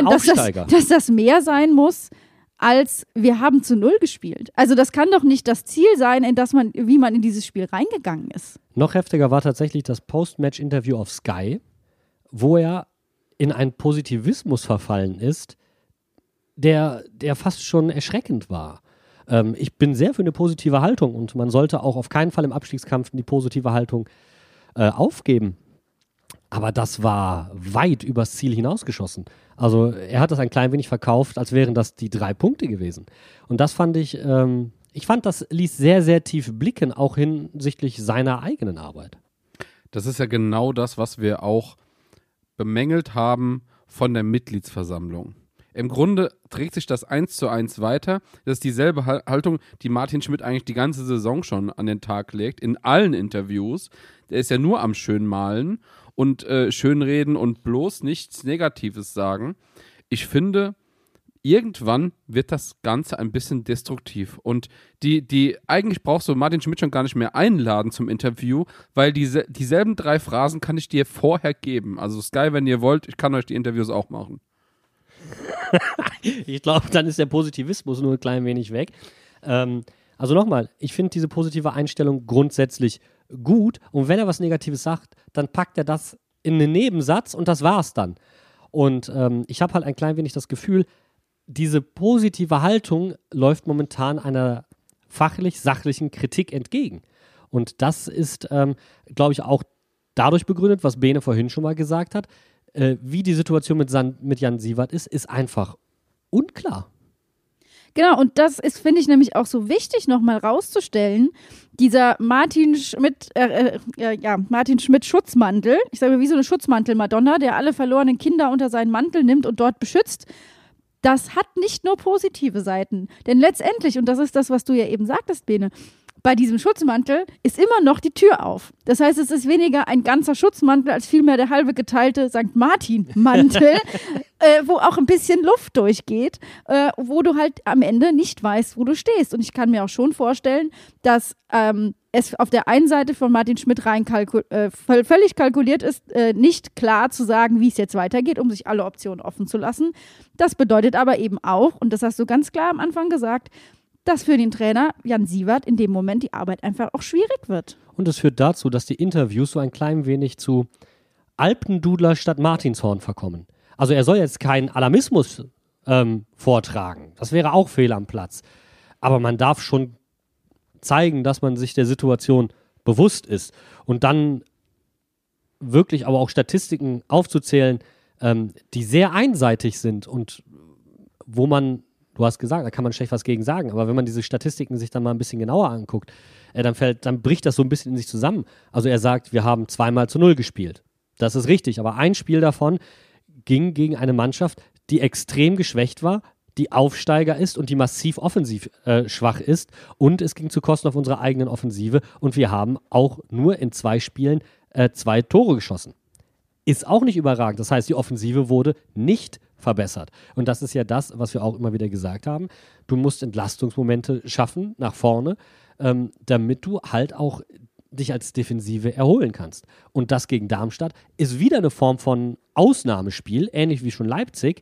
mehr sein muss, als wir haben zu 0 gespielt. Also das kann doch nicht das Ziel sein, wie man in dieses Spiel reingegangen ist. Noch heftiger war tatsächlich das Post-Match-Interview auf Sky, wo er in einen Positivismus verfallen ist, der fast schon erschreckend war. Ich bin sehr für eine positive Haltung und man sollte auch auf keinen Fall im Abstiegskampf die positive Haltung aufgeben. Aber das war weit übers Ziel hinausgeschossen. Also er hat das ein klein wenig verkauft, als wären das die 3 Punkte gewesen. Und das fand ich fand, das ließ sehr, sehr tief blicken, auch hinsichtlich seiner eigenen Arbeit. Das ist ja genau das, was wir auch bemängelt haben von der Mitgliedsversammlung. Im Grunde trägt sich das 1:1 weiter. Das ist dieselbe Haltung, die Martin Schmidt eigentlich die ganze Saison schon an den Tag legt, in allen Interviews. Der ist ja nur am Schönmalen und Schönreden und bloß nichts Negatives sagen. Ich finde, irgendwann wird das Ganze ein bisschen destruktiv. Und eigentlich brauchst du Martin Schmidt schon gar nicht mehr einladen zum Interview, weil dieselben 3 Phrasen kann ich dir vorher geben. Also Sky, wenn ihr wollt, ich kann euch die Interviews auch machen. Ich glaube, dann ist der Positivismus nur ein klein wenig weg. Also nochmal, ich finde diese positive Einstellung grundsätzlich gut. Und wenn er was Negatives sagt, dann packt er das in einen Nebensatz und das war's dann. Und ich habe halt ein klein wenig das Gefühl, diese positive Haltung läuft momentan einer fachlich-sachlichen Kritik entgegen. Und das ist, glaube ich, auch dadurch begründet, was Bene vorhin schon mal gesagt hat, wie die Situation mit Jan Siewert ist einfach unklar. Genau, und das ist, finde ich, nämlich auch so wichtig, nochmal rauszustellen, dieser Martin Schmidt Schutzmantel, ich sage wie so eine Schutzmantel-Madonna, der alle verlorenen Kinder unter seinen Mantel nimmt und dort beschützt, das hat nicht nur positive Seiten. Denn letztendlich, und das ist das, was du ja eben sagtest, Bene, bei diesem Schutzmantel ist immer noch die Tür auf. Das heißt, es ist weniger ein ganzer Schutzmantel, als vielmehr der halbe geteilte St. Martin-Mantel, wo auch ein bisschen Luft durchgeht, wo du halt am Ende nicht weißt, wo du stehst. Und ich kann mir auch schon vorstellen, dass es auf der einen Seite von Martin Schmidt völlig kalkuliert ist, nicht klar zu sagen, wie es jetzt weitergeht, um sich alle Optionen offen zu lassen. Das bedeutet aber eben auch, und das hast du ganz klar am Anfang gesagt, dass für den Trainer Jan Siewert in dem Moment die Arbeit einfach auch schwierig wird. Und es führt dazu, dass die Interviews so ein klein wenig zu Alpendudler statt Martinshorn verkommen. Also er soll jetzt keinen Alarmismus vortragen. Das wäre auch fehl am Platz. Aber man darf schon zeigen, dass man sich der Situation bewusst ist. Und dann wirklich aber auch Statistiken aufzuzählen, die sehr einseitig sind und wo man, du hast gesagt, da kann man schlecht was gegen sagen, aber wenn man diese Statistiken sich dann mal ein bisschen genauer anguckt, dann bricht das so ein bisschen in sich zusammen. Also er sagt, wir haben 2-0 gespielt. Das ist richtig, aber ein Spiel davon ging gegen eine Mannschaft, die extrem geschwächt war, die Aufsteiger ist und die massiv offensiv schwach ist. Und es ging zu Kosten auf unserer eigenen Offensive. Und wir haben auch nur in 2 Spielen 2 Tore geschossen. Ist auch nicht überragend. Das heißt, die Offensive wurde nicht verbessert. Und das ist ja das, was wir auch immer wieder gesagt haben. Du musst Entlastungsmomente schaffen nach vorne, damit du halt auch dich als Defensive erholen kannst. Und das gegen Darmstadt ist wieder eine Form von Ausnahmespiel, ähnlich wie schon Leipzig,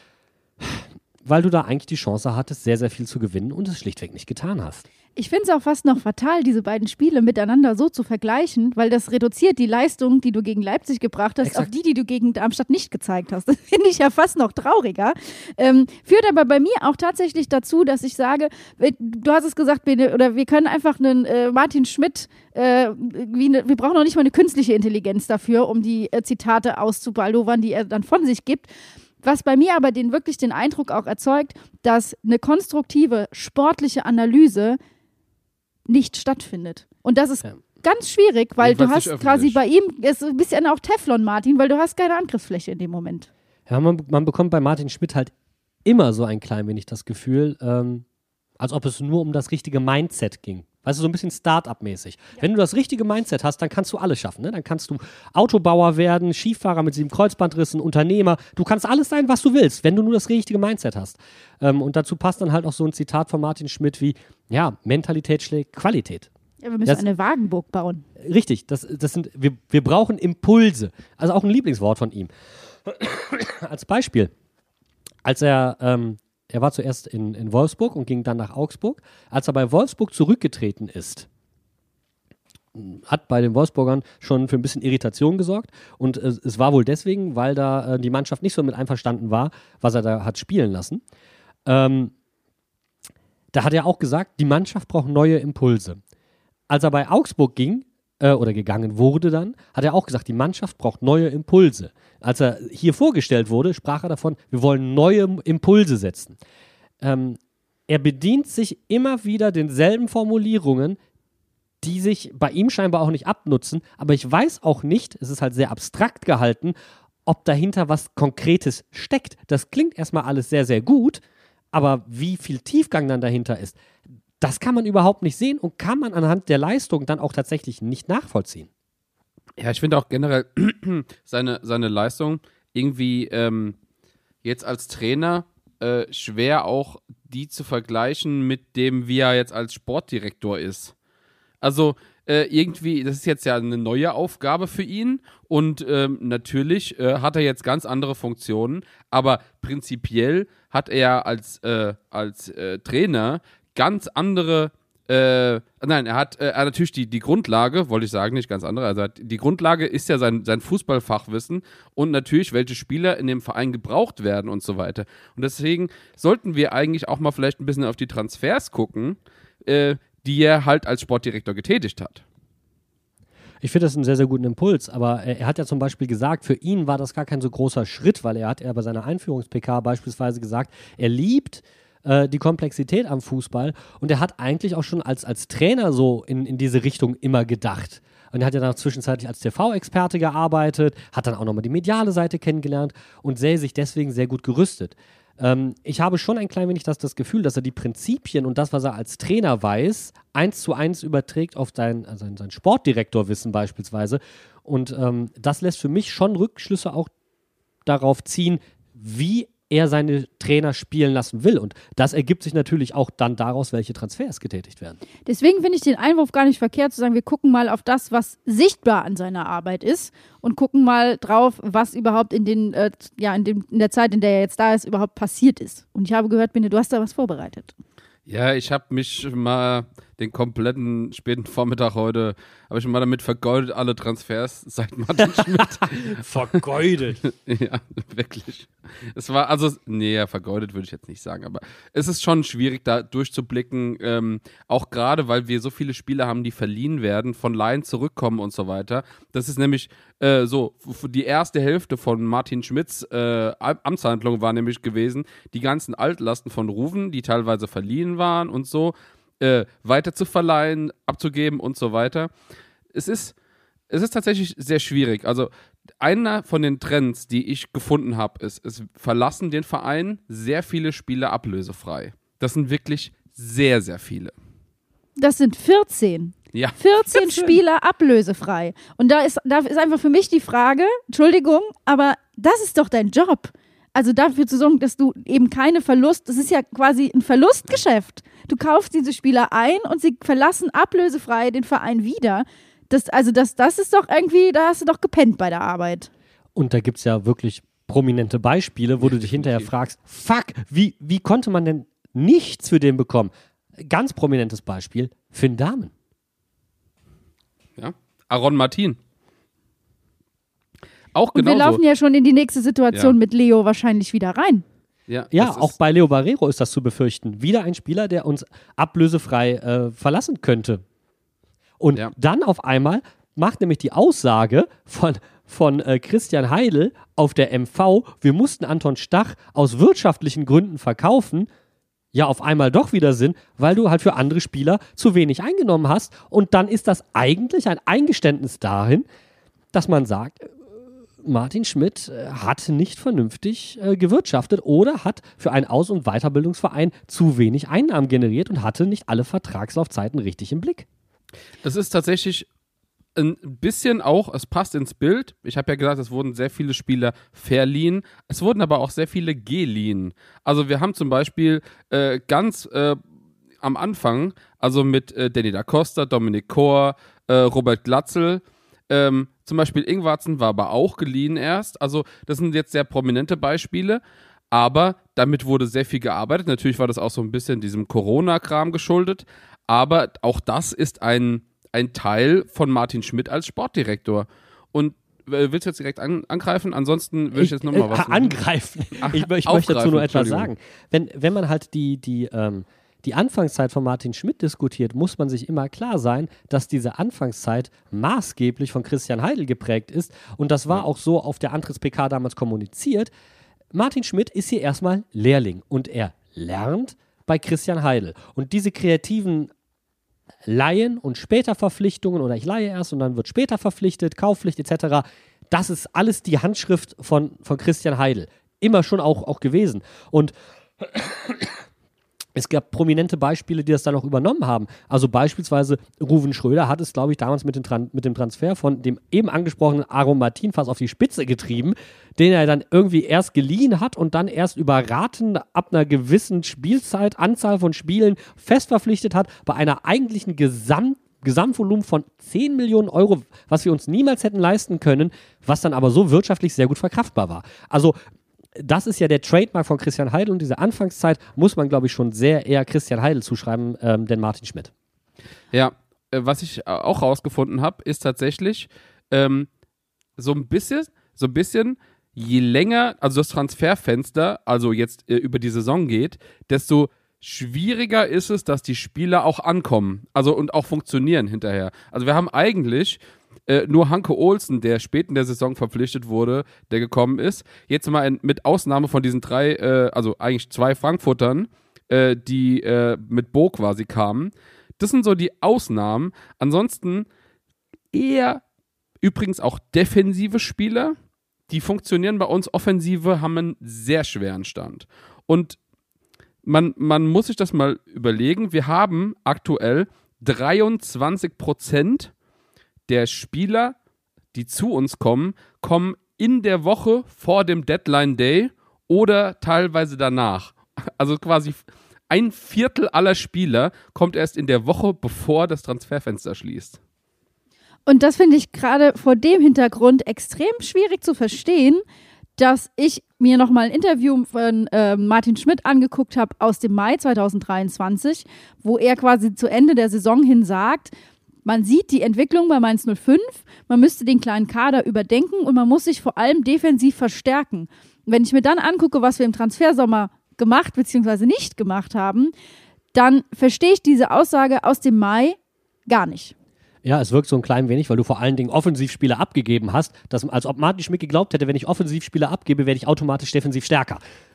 weil du da eigentlich die Chance hattest, sehr, sehr viel zu gewinnen und es schlichtweg nicht getan hast. Ich finde es auch fast noch fatal, diese beiden Spiele miteinander so zu vergleichen, weil das reduziert die Leistung, die du gegen Leipzig gebracht hast, Exakt. auf die du gegen Darmstadt nicht gezeigt hast. Das finde ich ja fast noch trauriger. Führt aber bei mir auch tatsächlich dazu, dass ich sage, du hast es gesagt, Bene, oder wir können einfach einen Martin Schmidt, wir brauchen noch nicht mal eine künstliche Intelligenz dafür, um die Zitate auszubaldowern, die er dann von sich gibt. Was bei mir aber wirklich den Eindruck auch erzeugt, dass eine konstruktive sportliche Analyse nicht stattfindet. Und das ist ganz schwierig, weil du hast quasi bei ihm, es ist ein bisschen auch Teflon, Martin, weil du hast keine Angriffsfläche in dem Moment. Ja, man bekommt bei Martin Schmidt halt immer so ein klein wenig das Gefühl, als ob es nur um das richtige Mindset ging. Weißt du, so ein bisschen Start-up-mäßig. Ja. Wenn du das richtige Mindset hast, dann kannst du alles schaffen. Ne? Dann kannst du Autobauer werden, Skifahrer mit 7 Kreuzbandrissen, Unternehmer. Du kannst alles sein, was du willst, wenn du nur das richtige Mindset hast. Und dazu passt dann halt auch so ein Zitat von Martin Schmidt wie, ja, Mentalität schlägt Qualität. Ja, wir müssen eine Wagenburg bauen. Richtig, wir brauchen Impulse. Also auch ein Lieblingswort von ihm. Als Beispiel, als er war zuerst in Wolfsburg und ging dann nach Augsburg. Als er bei Wolfsburg zurückgetreten ist, hat bei den Wolfsburgern schon für ein bisschen Irritation gesorgt. Und es war wohl deswegen, weil da die Mannschaft nicht so mit einverstanden war, was er da hat spielen lassen. Da hat er auch gesagt, die Mannschaft braucht neue Impulse. Als er bei Augsburg ging, oder gegangen wurde dann, hat er auch gesagt, die Mannschaft braucht neue Impulse. Als er hier vorgestellt wurde, sprach er davon, wir wollen neue Impulse setzen. Er bedient sich immer wieder denselben Formulierungen, die sich bei ihm scheinbar auch nicht abnutzen, aber ich weiß auch nicht, es ist halt sehr abstrakt gehalten, ob dahinter was Konkretes steckt. Das klingt erstmal alles sehr, sehr gut, aber wie viel Tiefgang dann dahinter ist, das kann man überhaupt nicht sehen und kann man anhand der Leistung dann auch tatsächlich nicht nachvollziehen. Ja, ich finde auch generell seine Leistung irgendwie jetzt als Trainer schwer auch die zu vergleichen mit dem, wie er jetzt als Sportdirektor ist. Also irgendwie, das ist jetzt ja eine neue Aufgabe für ihn und natürlich hat er jetzt ganz andere Funktionen, aber prinzipiell hat er als Trainer ganz andere, er hat natürlich die Grundlage, wollte ich sagen, nicht ganz andere, also die Grundlage ist ja sein Fußballfachwissen und natürlich, welche Spieler in dem Verein gebraucht werden und so weiter. Und deswegen sollten wir eigentlich auch mal vielleicht ein bisschen auf die Transfers gucken, die er halt als Sportdirektor getätigt hat. Ich finde das einen sehr, sehr guten Impuls, aber er hat ja zum Beispiel gesagt, für ihn war das gar kein so großer Schritt, weil er bei seiner Einführungs-PK beispielsweise gesagt, er liebt die Komplexität am Fußball und er hat eigentlich auch schon als Trainer so in diese Richtung immer gedacht. Und er hat ja dann zwischenzeitlich als TV-Experte gearbeitet, hat dann auch nochmal die mediale Seite kennengelernt und sähe sich deswegen sehr gut gerüstet. Ich habe schon ein klein wenig das Gefühl, dass er die Prinzipien und das, was er als Trainer weiß, 1:1 überträgt auf sein Sportdirektorwissen beispielsweise. Und das lässt für mich schon Rückschlüsse auch darauf ziehen, wie er seine Trainer spielen lassen will. Und das ergibt sich natürlich auch dann daraus, welche Transfers getätigt werden. Deswegen finde ich den Einwurf gar nicht verkehrt, zu sagen, wir gucken mal auf das, was sichtbar an seiner Arbeit ist und gucken mal drauf, was überhaupt in der Zeit, in der er jetzt da ist, überhaupt passiert ist. Und ich habe gehört, Bene, du hast da was vorbereitet. Ja, ich habe mich mal den kompletten späten Vormittag heute, habe ich mal damit vergeudet, alle Transfers seit Martin Schmidt. Vergeudet? Ja, wirklich. Es war, vergeudet würde ich jetzt nicht sagen, aber es ist schon schwierig, da durchzublicken, auch gerade, weil wir so viele Spieler haben, die verliehen werden, von Laien zurückkommen und so weiter. Das ist nämlich die erste Hälfte von Martin Schmidts Amtshandlung war nämlich gewesen, die ganzen Altlasten von Ruven, die teilweise verliehen waren und so, weiter zu verleihen, abzugeben und so weiter. Es ist tatsächlich sehr schwierig. Also einer von den Trends, die ich gefunden habe, ist, es verlassen den Verein sehr viele Spieler ablösefrei. Das sind wirklich sehr, sehr viele. Das sind 14. Ja. 14 Spieler ablösefrei. Und da ist einfach für mich die Frage, Entschuldigung, aber das ist doch dein Job. Also dafür zu sorgen, dass du eben keine das ist ja quasi ein Verlustgeschäft. Du kaufst diese Spieler ein und sie verlassen ablösefrei den Verein wieder. Das ist doch irgendwie, da hast du doch gepennt bei der Arbeit. Und da gibt es ja wirklich prominente Beispiele, wo du dich hinterher fragst, fuck, wie konnte man denn nichts für den bekommen? Ganz prominentes Beispiel, Finn Dahmen. Ja, Aaron Martin. Auch und genauso. wir laufen ja schon in die nächste Situation mit Leo wahrscheinlich wieder rein. Ja, auch bei Leo Barreiro ist das zu befürchten. Wieder ein Spieler, der uns ablösefrei verlassen könnte. Und dann auf einmal macht nämlich die Aussage von Christian Heidel auf der MV, wir mussten Anton Stach aus wirtschaftlichen Gründen verkaufen, ja auf einmal doch wieder Sinn, weil du halt für andere Spieler zu wenig eingenommen hast. Und dann ist das eigentlich ein Eingeständnis darin, dass man sagt, Martin Schmidt hat nicht vernünftig gewirtschaftet oder hat für einen Aus- und Weiterbildungsverein zu wenig Einnahmen generiert und hatte nicht alle Vertragslaufzeiten richtig im Blick. Es ist tatsächlich ein bisschen auch, es passt ins Bild. Ich habe ja gesagt, es wurden sehr viele Spieler verliehen. Es wurden aber auch sehr viele geliehen. Also wir haben zum Beispiel ganz am Anfang, also mit Danny da Costa, Dominik Kor, Robert Glatzel, zum Beispiel Ingwarzen war aber auch geliehen erst. Also das sind jetzt sehr prominente Beispiele. Aber damit wurde sehr viel gearbeitet. Natürlich war das auch so ein bisschen diesem Corona-Kram geschuldet. Aber auch das ist ein Teil von Martin Schmidt als Sportdirektor. Und willst du jetzt direkt angreifen? Ansonsten will ich jetzt nochmal was angreifen. Ich möchte dazu nur etwas sagen. Wenn man halt die Anfangszeit von Martin Schmidt diskutiert, muss man sich immer klar sein, dass diese Anfangszeit maßgeblich von Christian Heidel geprägt ist. Und das war auch so auf der Antritts-PK damals kommuniziert. Martin Schmidt ist hier erstmal Lehrling und er lernt bei Christian Heidel. Und diese kreativen Leihen und später Verpflichtungen oder ich leihe erst und dann wird später verpflichtet, Kaufpflicht etc., das ist alles die Handschrift von Christian Heidel. Immer schon auch gewesen. Und es gab prominente Beispiele, die das dann auch übernommen haben. Also beispielsweise Ruven Schröder hat es, glaube ich, damals mit dem Transfer von dem eben angesprochenen Aaron Martin fast auf die Spitze getrieben, den er dann irgendwie erst geliehen hat und dann erst über Raten ab einer gewissen Spielzeit, Anzahl von Spielen fest verpflichtet hat, bei einer eigentlichen Gesamtvolumen von 10 Millionen Euro, was wir uns niemals hätten leisten können, was dann aber so wirtschaftlich sehr gut verkraftbar war. Also das ist ja der Trademark von Christian Heidel und diese Anfangszeit muss man, glaube ich, schon sehr eher Christian Heidel zuschreiben, denn Martin Schmidt. Ja, was ich auch rausgefunden habe, ist tatsächlich so ein bisschen, je länger, also das Transferfenster, also jetzt über die Saison geht, desto schwieriger ist es, dass die Spieler auch ankommen, also und auch funktionieren hinterher. Also wir haben eigentlich nur Hanke Olsen, der spät in der Saison verpflichtet wurde, der gekommen ist. Jetzt mal mit Ausnahme von diesen 3, also eigentlich 2 Frankfurtern, die mit Bo quasi kamen. Das sind so die Ausnahmen. Ansonsten eher übrigens auch defensive Spieler, die funktionieren bei uns. Offensive haben einen sehr schweren Stand. Und man muss sich das mal überlegen. Wir haben aktuell 23% der Spieler, die zu uns kommen in der Woche vor dem Deadline Day oder teilweise danach. Also quasi 1/4 aller Spieler kommt erst in der Woche, bevor das Transferfenster schließt. Und das finde ich gerade vor dem Hintergrund extrem schwierig zu verstehen, dass ich mir nochmal ein Interview von Martin Schmidt angeguckt habe aus dem Mai 2023, wo er quasi zu Ende der Saison hin sagt, man sieht die Entwicklung bei Mainz 05, man müsste den kleinen Kader überdenken und man muss sich vor allem defensiv verstärken. Wenn ich mir dann angucke, was wir im Transfersommer gemacht bzw. nicht gemacht haben, dann verstehe ich diese Aussage aus dem Mai gar nicht. Ja, es wirkt so ein klein wenig, weil du vor allen Dingen Offensivspieler abgegeben hast, als ob Martin Schmidt geglaubt hätte, wenn ich Offensivspieler abgebe, werde ich automatisch defensiv stärker.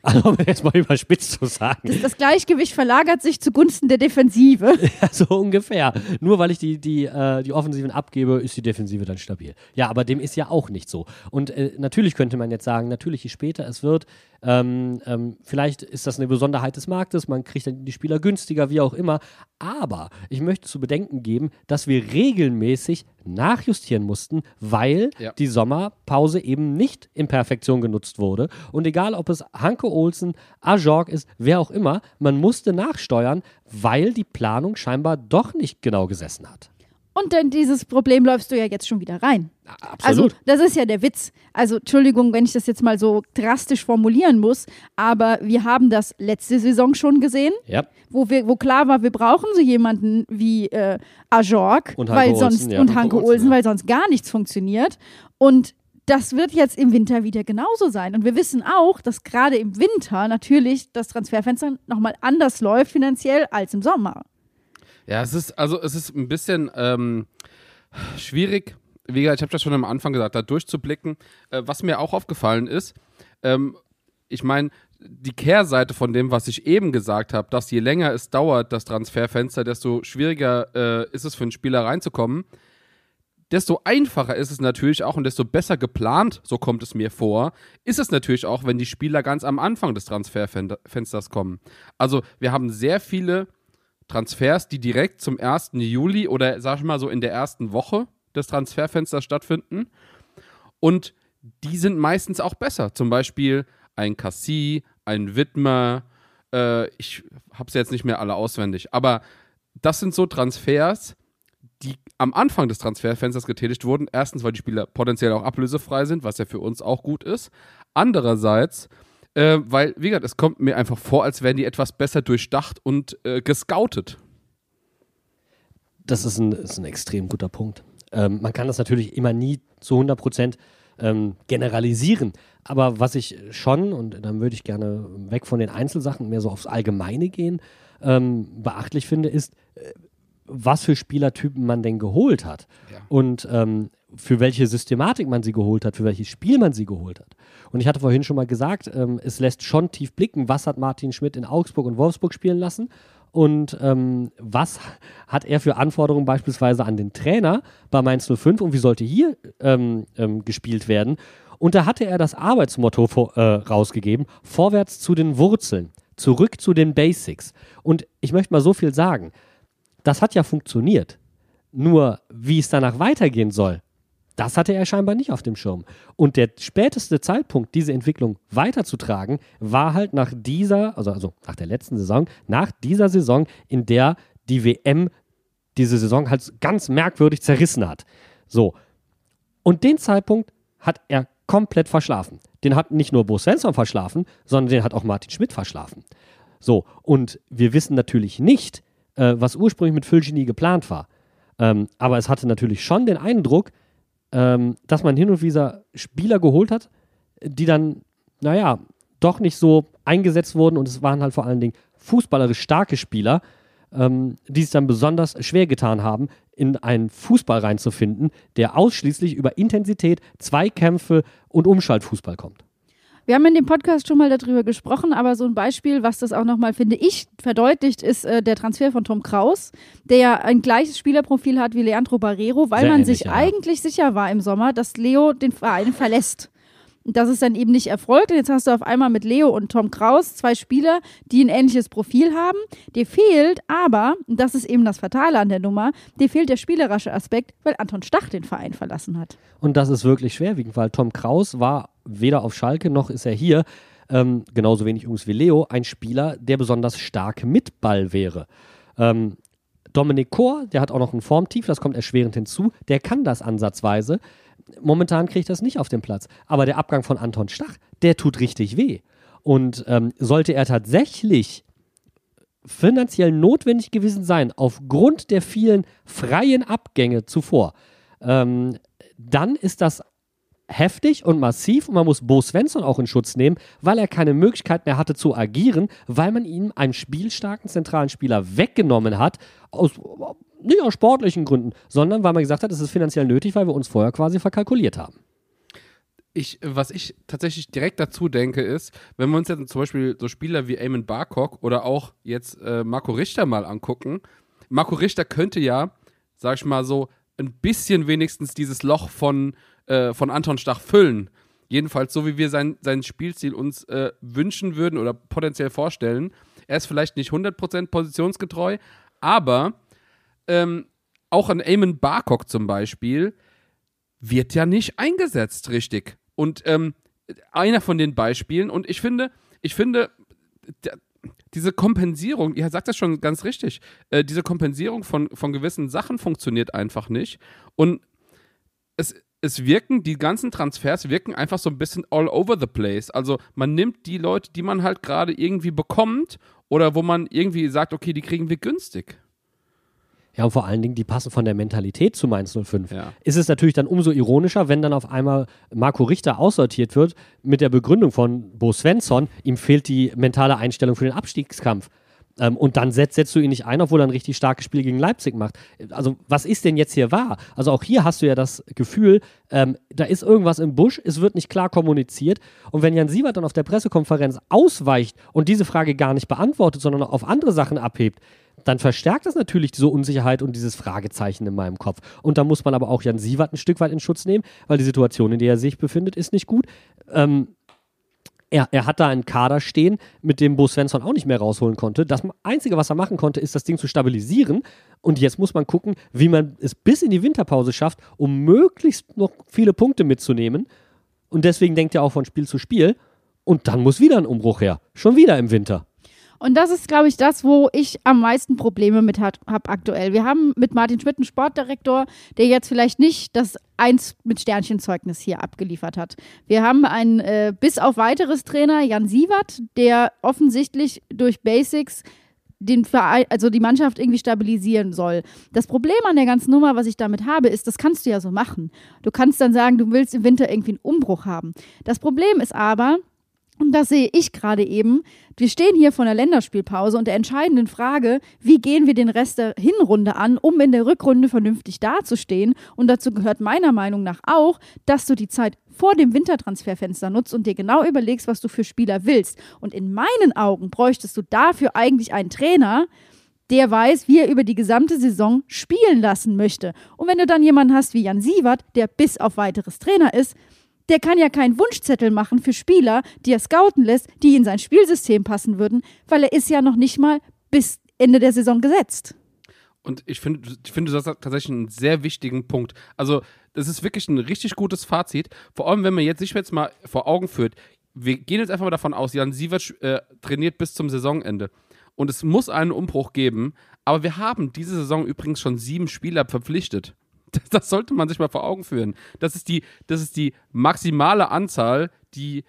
Also, um jetzt mal überspitzt zu sagen. Das Gleichgewicht verlagert sich zugunsten der Defensive. So ungefähr. Nur weil ich die Offensiven abgebe, ist die Defensive dann stabil. Ja, aber dem ist ja auch nicht so. Und natürlich könnte man jetzt sagen, natürlich je später es wird, vielleicht ist das eine Besonderheit des Marktes, man kriegt dann die Spieler günstiger, wie auch immer. Aber ich möchte zu bedenken geben, dass wir regelmäßig nachjustieren mussten, weil die Sommerpause eben nicht in Perfektion genutzt wurde. Und egal, ob es Hanke Olsen, Ajorg ist, wer auch immer, man musste nachsteuern, weil die Planung scheinbar doch nicht genau gesessen hat. Und in dieses Problem läufst du ja jetzt schon wieder rein. Absolut. Also, das ist ja der Witz. Also, Entschuldigung, wenn ich das jetzt mal so drastisch formulieren muss, aber wir haben das letzte Saison schon gesehen, wo klar war, wir brauchen so jemanden wie Ajorg und Hanke Olsen, weil sonst gar nichts funktioniert. Und das wird jetzt im Winter wieder genauso sein. Und wir wissen auch, dass gerade im Winter natürlich das Transferfenster nochmal anders läuft finanziell als im Sommer. Ja, es ist ein bisschen schwierig, wie gesagt, ich habe das schon am Anfang gesagt, da durchzublicken. Was mir auch aufgefallen ist, ich meine, die Kehrseite von dem, was ich eben gesagt habe, dass je länger es dauert, das Transferfenster, desto schwieriger ist es für einen Spieler reinzukommen. Desto einfacher ist es natürlich auch und desto besser geplant, so kommt es mir vor, ist es natürlich auch, wenn die Spieler ganz am Anfang des Transferfensters kommen. Also wir haben sehr viele Transfers, die direkt zum 1. Juli oder sag ich mal so in der ersten Woche des Transferfensters stattfinden und die sind meistens auch besser. Zum Beispiel ein Cassie, ein Widmer, ich habe sie jetzt nicht mehr alle auswendig, aber das sind so Transfers, die am Anfang des Transferfensters getätigt wurden. Erstens, weil die Spieler potenziell auch ablösefrei sind, was ja für uns auch gut ist. Andererseits, weil, wie gesagt, es kommt mir einfach vor, als wären die etwas besser durchdacht und gescoutet. Das ist ein extrem guter Punkt. Man kann das natürlich immer nie zu 100% generalisieren. Aber was ich schon, und dann würde ich gerne weg von den Einzelsachen, mehr so aufs Allgemeine gehen, beachtlich finde, ist, was für Spielertypen man denn geholt hat. Ja. Und für welche Systematik man sie geholt hat, für welches Spiel man sie geholt hat. Und ich hatte vorhin schon mal gesagt, es lässt schon tief blicken, was hat Martin Schmidt in Augsburg und Wolfsburg spielen lassen und was hat er für Anforderungen beispielsweise an den Trainer bei Mainz 05 und wie sollte hier gespielt werden. Und da hatte er das Arbeitsmotto rausgegeben, vorwärts zu den Wurzeln, zurück zu den Basics. Und ich möchte mal so viel sagen, das hat ja funktioniert. Nur wie es danach weitergehen soll, das hatte er scheinbar nicht auf dem Schirm. Und der späteste Zeitpunkt, diese Entwicklung weiterzutragen, war halt nach dieser, also nach der letzten Saison, nach dieser Saison, in der die WM diese Saison halt ganz merkwürdig zerrissen hat. So. Und den Zeitpunkt hat er komplett verschlafen. Den hat nicht nur Bo Svensson verschlafen, sondern den hat auch Martin Schmidt verschlafen. So. Und wir wissen natürlich nicht, was ursprünglich mit Fulgini geplant war. Aber es hatte natürlich schon den Eindruck, dass man hin und wieder Spieler geholt hat, die dann, doch nicht so eingesetzt wurden und es waren halt vor allen Dingen fußballerisch starke Spieler, die es dann besonders schwer getan haben, in einen Fußball reinzufinden, der ausschließlich über Intensität, Zweikämpfe und Umschaltfußball kommt. Wir haben in dem Podcast schon mal darüber gesprochen, aber so ein Beispiel, was das auch nochmal, finde ich, verdeutlicht, ist der Transfer von Tom Kraus, der ja ein gleiches Spielerprofil hat wie Leandro Barreiro, weil man sich eigentlich sicher war im Sommer, dass Leo den Verein verlässt. Und das ist dann eben nicht erfolgt. Und jetzt hast du auf einmal mit Leo und Tom Kraus 2 Spieler, die ein ähnliches Profil haben. Dir fehlt aber, und das ist eben das Fatale an der Nummer, dir fehlt der spielerische Aspekt, weil Anton Stach den Verein verlassen hat. Und das ist wirklich schwerwiegend, weil Tom Kraus war weder auf Schalke noch ist er hier, genauso wenig übrigens wie Leo, ein Spieler, der besonders stark mit Ball wäre. Dominik Kor, der hat auch noch ein Formtief, das kommt erschwerend hinzu, der kann das ansatzweise. Momentan kriegt er es nicht auf den Platz. Aber der Abgang von Anton Stach, der tut richtig weh. Und sollte er tatsächlich finanziell notwendig gewesen sein, aufgrund der vielen freien Abgänge zuvor, dann ist das heftig und massiv und man muss Bo Svensson auch in Schutz nehmen, weil er keine Möglichkeit mehr hatte zu agieren, weil man ihm einen spielstarken zentralen Spieler weggenommen hat, nicht aus sportlichen Gründen, sondern weil man gesagt hat, es ist finanziell nötig, weil wir uns vorher quasi verkalkuliert haben. Was ich tatsächlich direkt dazu denke, ist, wenn wir uns jetzt zum Beispiel so Spieler wie Eamon Barkok oder auch jetzt Marco Richter mal angucken. Marco Richter könnte ja, sag ich mal so, ein bisschen wenigstens dieses Loch von Anton Stach füllen. Jedenfalls so, wie wir seinen Spielstil uns wünschen würden oder potenziell vorstellen. Er ist vielleicht nicht 100% positionsgetreu, aber auch an Eamon Barkok zum Beispiel wird ja nicht eingesetzt, richtig. Und einer von den Beispielen, und ich finde, diese Kompensierung, ihr sagt das schon ganz richtig, diese Kompensierung von gewissen Sachen funktioniert einfach nicht. Und die ganzen Transfers wirken einfach so ein bisschen all over the place. Also man nimmt die Leute, die man halt gerade irgendwie bekommt oder wo man irgendwie sagt, okay, die kriegen wir günstig. Ja, und vor allen Dingen, die passen von der Mentalität zu Mainz 05. Ja. Ist es natürlich dann umso ironischer, wenn dann auf einmal Marco Richter aussortiert wird mit der Begründung von Bo Svensson, ihm fehlt die mentale Einstellung für den Abstiegskampf. Und dann setzt du ihn nicht ein, obwohl er ein richtig starkes Spiel gegen Leipzig macht. Also was ist denn jetzt hier wahr? Also auch hier hast du ja das Gefühl, da ist irgendwas im Busch, es wird nicht klar kommuniziert. Und wenn Jan Siewert dann auf der Pressekonferenz ausweicht und diese Frage gar nicht beantwortet, sondern auf andere Sachen abhebt, dann verstärkt das natürlich diese Unsicherheit und dieses Fragezeichen in meinem Kopf. Und da muss man aber auch Jan Siewert ein Stück weit in Schutz nehmen, weil die Situation, in der er sich befindet, ist nicht gut. Er hat da einen Kader stehen, mit dem Bo Svensson auch nicht mehr rausholen konnte. Das Einzige, was er machen konnte, ist, das Ding zu stabilisieren. Und jetzt muss man gucken, wie man es bis in die Winterpause schafft, um möglichst noch viele Punkte mitzunehmen. Und deswegen denkt er auch von Spiel zu Spiel. Und dann muss wieder ein Umbruch her. Schon wieder im Winter. Und das ist, glaube ich, das, wo ich am meisten Probleme mit habe aktuell. Wir haben mit Martin Schmidt einen Sportdirektor, der jetzt vielleicht nicht das 1 mit Sternchenzeugnis hier abgeliefert hat. Wir haben einen bis auf weiteres Trainer, Jan Siewert, der offensichtlich durch Basics den Verein, also die Mannschaft irgendwie stabilisieren soll. Das Problem an der ganzen Nummer, was ich damit habe, ist, das kannst du ja so machen. Du kannst dann sagen, du willst im Winter irgendwie einen Umbruch haben. Das Problem ist aber, und das sehe ich gerade eben, wir stehen hier vor einer Länderspielpause und der entscheidenden Frage, wie gehen wir den Rest der Hinrunde an, um in der Rückrunde vernünftig dazustehen. Und dazu gehört meiner Meinung nach auch, dass du die Zeit vor dem Wintertransferfenster nutzt und dir genau überlegst, was du für Spieler willst. Und in meinen Augen bräuchtest du dafür eigentlich einen Trainer, der weiß, wie er über die gesamte Saison spielen lassen möchte. Und wenn du dann jemanden hast wie Jan Siewert, der bis auf weiteres Trainer ist, der kann ja keinen Wunschzettel machen für Spieler, die er scouten lässt, die in sein Spielsystem passen würden, weil er ist ja noch nicht mal bis Ende der Saison gesetzt. Und ich finde, du hast tatsächlich einen sehr wichtigen Punkt. Also, das ist wirklich ein richtig gutes Fazit. Vor allem, wenn man sich jetzt mal vor Augen führt, wir gehen jetzt einfach mal davon aus, Jan Siewert trainiert bis zum Saisonende. Und es muss einen Umbruch geben. Aber wir haben diese Saison übrigens schon 7 Spieler verpflichtet. Das sollte man sich mal vor Augen führen. Das ist die maximale Anzahl, die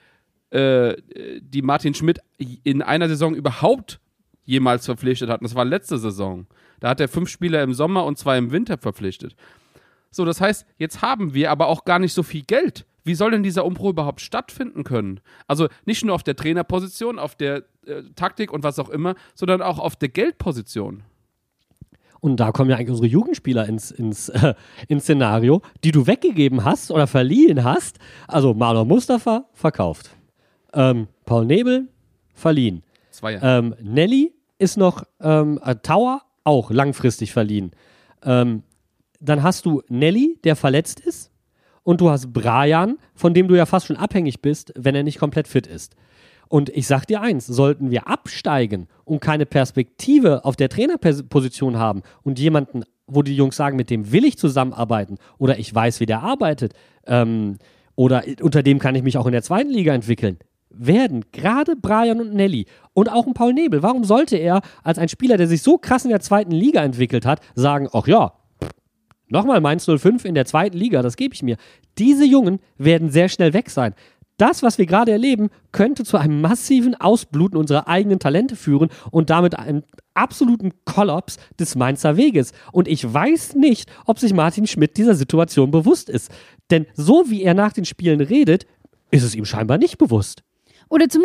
Martin Schmidt in einer Saison überhaupt jemals verpflichtet hat. Und das war letzte Saison. Da hat er 5 Spieler im Sommer und 2 im Winter verpflichtet. So, das heißt, jetzt haben wir aber auch gar nicht so viel Geld. Wie soll denn dieser Umbruch überhaupt stattfinden können? Also nicht nur auf der Trainerposition, auf der Taktik und was auch immer, sondern auch auf der Geldposition. Und da kommen ja eigentlich unsere Jugendspieler ins Szenario, die du weggegeben hast oder verliehen hast. Also Marlon Mustafa verkauft. Paul Nebel verliehen. 2 Jahre. Nelly ist noch Tower auch langfristig verliehen. Dann hast du Nelly, der verletzt ist. Und du hast Brian, von dem du ja fast schon abhängig bist, wenn er nicht komplett fit ist. Und ich sag dir eins, sollten wir absteigen und keine Perspektive auf der Trainerposition haben und jemanden, wo die Jungs sagen, mit dem will ich zusammenarbeiten oder ich weiß, wie der arbeitet oder unter dem kann ich mich auch in der 2. Liga entwickeln, werden gerade Brian und Nelly und auch ein Paul Nebel, warum sollte er als ein Spieler, der sich so krass in der 2. Liga entwickelt hat, sagen, ach ja, nochmal Mainz 05 in der 2. Liga, das gebe ich mir. Diese Jungen werden sehr schnell weg sein. Das, was wir gerade erleben, könnte zu einem massiven Ausbluten unserer eigenen Talente führen und damit einem absoluten Kollaps des Mainzer Weges. Und ich weiß nicht, ob sich Martin Schmidt dieser Situation bewusst ist. Denn so wie er nach den Spielen redet, ist es ihm scheinbar nicht bewusst. Oder zumindest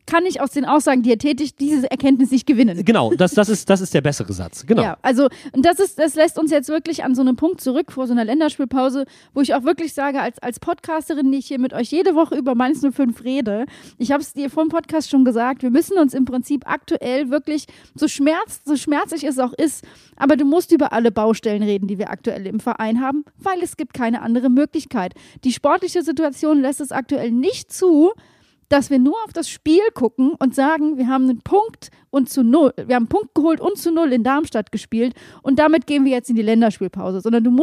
kann ich aus den Aussagen, die er tätigt, diese Erkenntnis nicht gewinnen. Genau, das ist der bessere Satz. Genau. Ja, also und das lässt uns jetzt wirklich an so einem Punkt zurück vor so einer Länderspielpause, wo ich auch wirklich sage, als Podcasterin, die ich hier mit euch jede Woche über Mainz 05 rede, ich habe es dir vor dem Podcast schon gesagt, wir müssen uns im Prinzip aktuell wirklich, so schmerzlich es auch ist, aber du musst über alle Baustellen reden, die wir aktuell im Verein haben, weil es gibt keine andere Möglichkeit. Die sportliche Situation lässt es aktuell nicht zu, dass wir nur auf das Spiel gucken und sagen, wir haben einen Punkt und zu 0, wir haben einen Punkt geholt und zu 0 in Darmstadt gespielt und damit gehen wir jetzt in die Länderspielpause, sondern du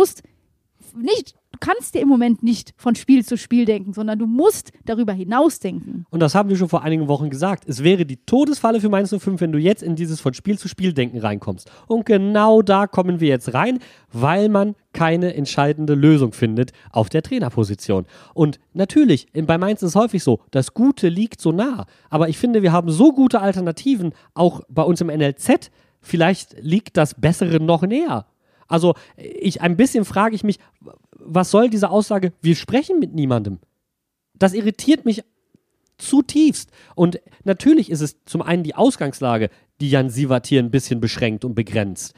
kannst dir im Moment nicht von Spiel zu Spiel denken, sondern du musst darüber hinaus denken. Und das haben wir schon vor einigen Wochen gesagt. Es wäre die Todesfalle für Mainz 05, wenn du jetzt in dieses von Spiel zu Spiel denken reinkommst. Und genau da kommen wir jetzt rein, weil man keine entscheidende Lösung findet auf der Trainerposition. Und natürlich, bei Mainz ist es häufig so, das Gute liegt so nah. Aber ich finde, wir haben so gute Alternativen, auch bei uns im NLZ. Vielleicht liegt das Bessere noch näher. Also ein bisschen frage ich mich, was soll diese Aussage, wir sprechen mit niemandem? Das irritiert mich zutiefst. Und natürlich ist es zum einen die Ausgangslage, die Jan Siewert hier ein bisschen beschränkt und begrenzt.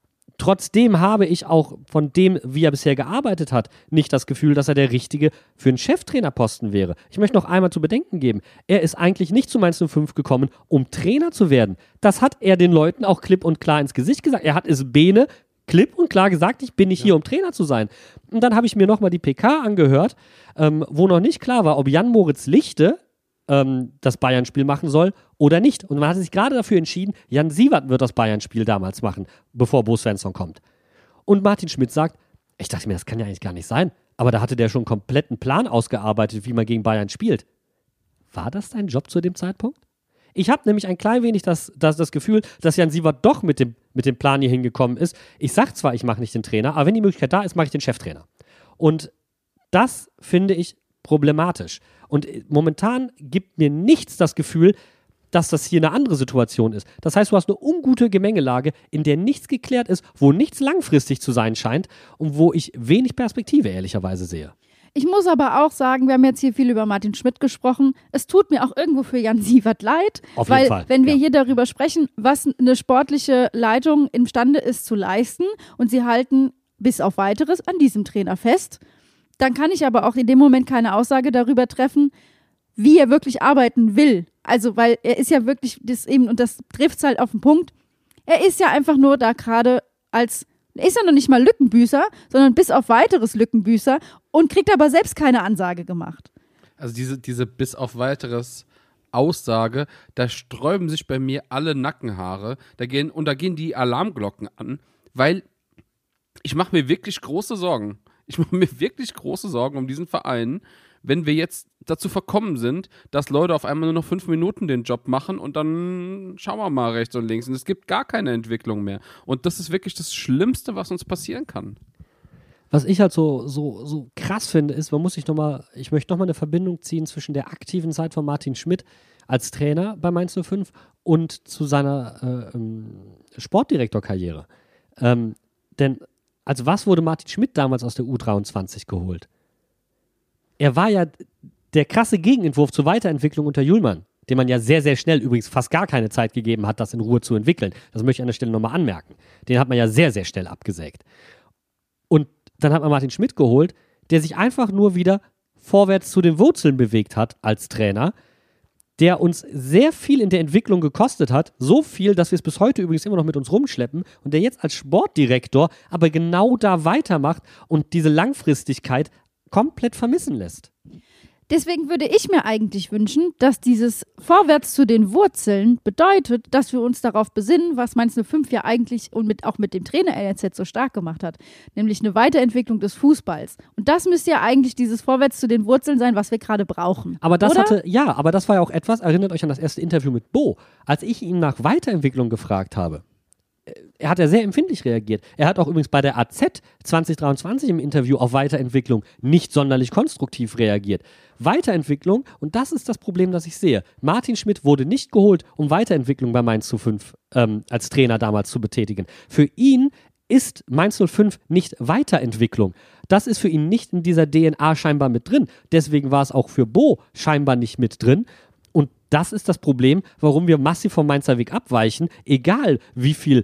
Trotzdem habe ich auch von dem, wie er bisher gearbeitet hat, nicht das Gefühl, dass er der Richtige für einen Cheftrainerposten wäre. Ich möchte noch einmal zu bedenken geben, er ist eigentlich nicht zu Mainz 05 gekommen, um Trainer zu werden. Das hat er den Leuten auch klipp und klar ins Gesicht gesagt. Er hat es Bene klipp und klar gesagt, ich bin nicht hier, um Trainer zu sein. Und dann habe ich mir nochmal die PK angehört, wo noch nicht klar war, ob Jan-Moritz Lichte das Bayern-Spiel machen soll oder nicht. Und man hat sich gerade dafür entschieden, Jan Siewert wird das Bayern-Spiel damals machen, bevor Bo Svensson kommt. Und Martin Schmidt sagt, ich dachte mir, das kann ja eigentlich gar nicht sein, aber da hatte der schon einen kompletten Plan ausgearbeitet, wie man gegen Bayern spielt. War das dein Job zu dem Zeitpunkt? Ich habe nämlich ein klein wenig das Gefühl, dass Jan Siewert doch mit dem Plan hier hingekommen ist. Ich sage zwar, ich mache nicht den Trainer, aber wenn die Möglichkeit da ist, mache ich den Cheftrainer. Und das finde ich problematisch. Und momentan gibt mir nichts das Gefühl, dass das hier eine andere Situation ist. Das heißt, du hast eine ungute Gemengelage, in der nichts geklärt ist, wo nichts langfristig zu sein scheint und wo ich wenig Perspektive ehrlicherweise sehe. Ich muss aber auch sagen, wir haben jetzt hier viel über Martin Schmidt gesprochen. Es tut mir auch irgendwo für Jan Siewert leid, auf jeden Fall. Wenn wir hier darüber sprechen, was eine sportliche Leitung imstande ist zu leisten und sie halten bis auf Weiteres an diesem Trainer fest, dann kann ich aber auch in dem Moment keine Aussage darüber treffen, wie er wirklich arbeiten will. Also, weil er ist ja wirklich und das trifft es halt auf den Punkt, er ist ja einfach nur da gerade ist ja noch nicht mal Lückenbüßer, sondern bis auf Weiteres Lückenbüßer und kriegt aber selbst keine Ansage gemacht. Also diese bis auf Weiteres Aussage, da sträuben sich bei mir alle Nackenhaare, da gehen die Alarmglocken an, weil ich mache mir wirklich große Sorgen. Ich mache mir wirklich große Sorgen um diesen Verein, wenn wir jetzt dazu verkommen sind, dass Leute auf einmal nur noch 5 Minuten den Job machen und dann schauen wir mal rechts und links und es gibt gar keine Entwicklung mehr. Und das ist wirklich das Schlimmste, was uns passieren kann. Was ich halt so krass finde, ist, ich möchte nochmal eine Verbindung ziehen zwischen der aktiven Zeit von Martin Schmidt als Trainer bei Mainz 05 und zu seiner Sportdirektorkarriere. Denn als was wurde Martin Schmidt damals aus der U23 geholt? Er war ja der krasse Gegenentwurf zur Weiterentwicklung unter Jüllmann, dem man ja sehr, sehr schnell übrigens fast gar keine Zeit gegeben hat, das in Ruhe zu entwickeln. Das möchte ich an der Stelle nochmal anmerken. Den hat man ja sehr, sehr schnell abgesägt. Und dann hat man Martin Schmidt geholt, der sich einfach nur wieder vorwärts zu den Wurzeln bewegt hat als Trainer, der uns sehr viel in der Entwicklung gekostet hat, so viel, dass wir es bis heute übrigens immer noch mit uns rumschleppen und der jetzt als Sportdirektor aber genau da weitermacht und diese Langfristigkeit komplett vermissen lässt. Deswegen würde ich mir eigentlich wünschen, dass dieses Vorwärts zu den Wurzeln bedeutet, dass wir uns darauf besinnen, was Mainz 05 ja eigentlich und auch mit dem Trainer NLZ so stark gemacht hat, nämlich eine Weiterentwicklung des Fußballs. Und das müsste ja eigentlich dieses Vorwärts zu den Wurzeln sein, was wir gerade brauchen. Aber das oder? Aber das war ja auch etwas, erinnert euch an das erste Interview mit Bo, als ich ihn nach Weiterentwicklung gefragt habe. Er hat ja sehr empfindlich reagiert. Er hat auch übrigens bei der AZ 2023 im Interview auf Weiterentwicklung nicht sonderlich konstruktiv reagiert. Weiterentwicklung, und das ist das Problem, das ich sehe. Martin Schmidt wurde nicht geholt, um Weiterentwicklung bei Mainz 05 als Trainer damals zu betätigen. Für ihn ist Mainz 05 nicht Weiterentwicklung. Das ist für ihn nicht in dieser DNA scheinbar mit drin. Deswegen war es auch für Bo scheinbar nicht mit drin. Und das ist das Problem, warum wir massiv vom Mainzer Weg abweichen, egal wie viel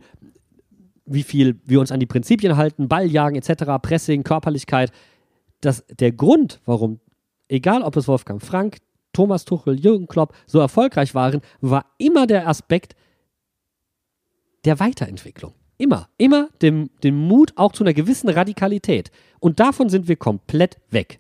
wir uns an die Prinzipien halten, Balljagen etc., Pressing, Körperlichkeit. Der Grund, warum, egal ob es Wolfgang Frank, Thomas Tuchel, Jürgen Klopp so erfolgreich waren, war immer der Aspekt der Weiterentwicklung. Immer den Mut auch zu einer gewissen Radikalität. Und davon sind wir komplett weg.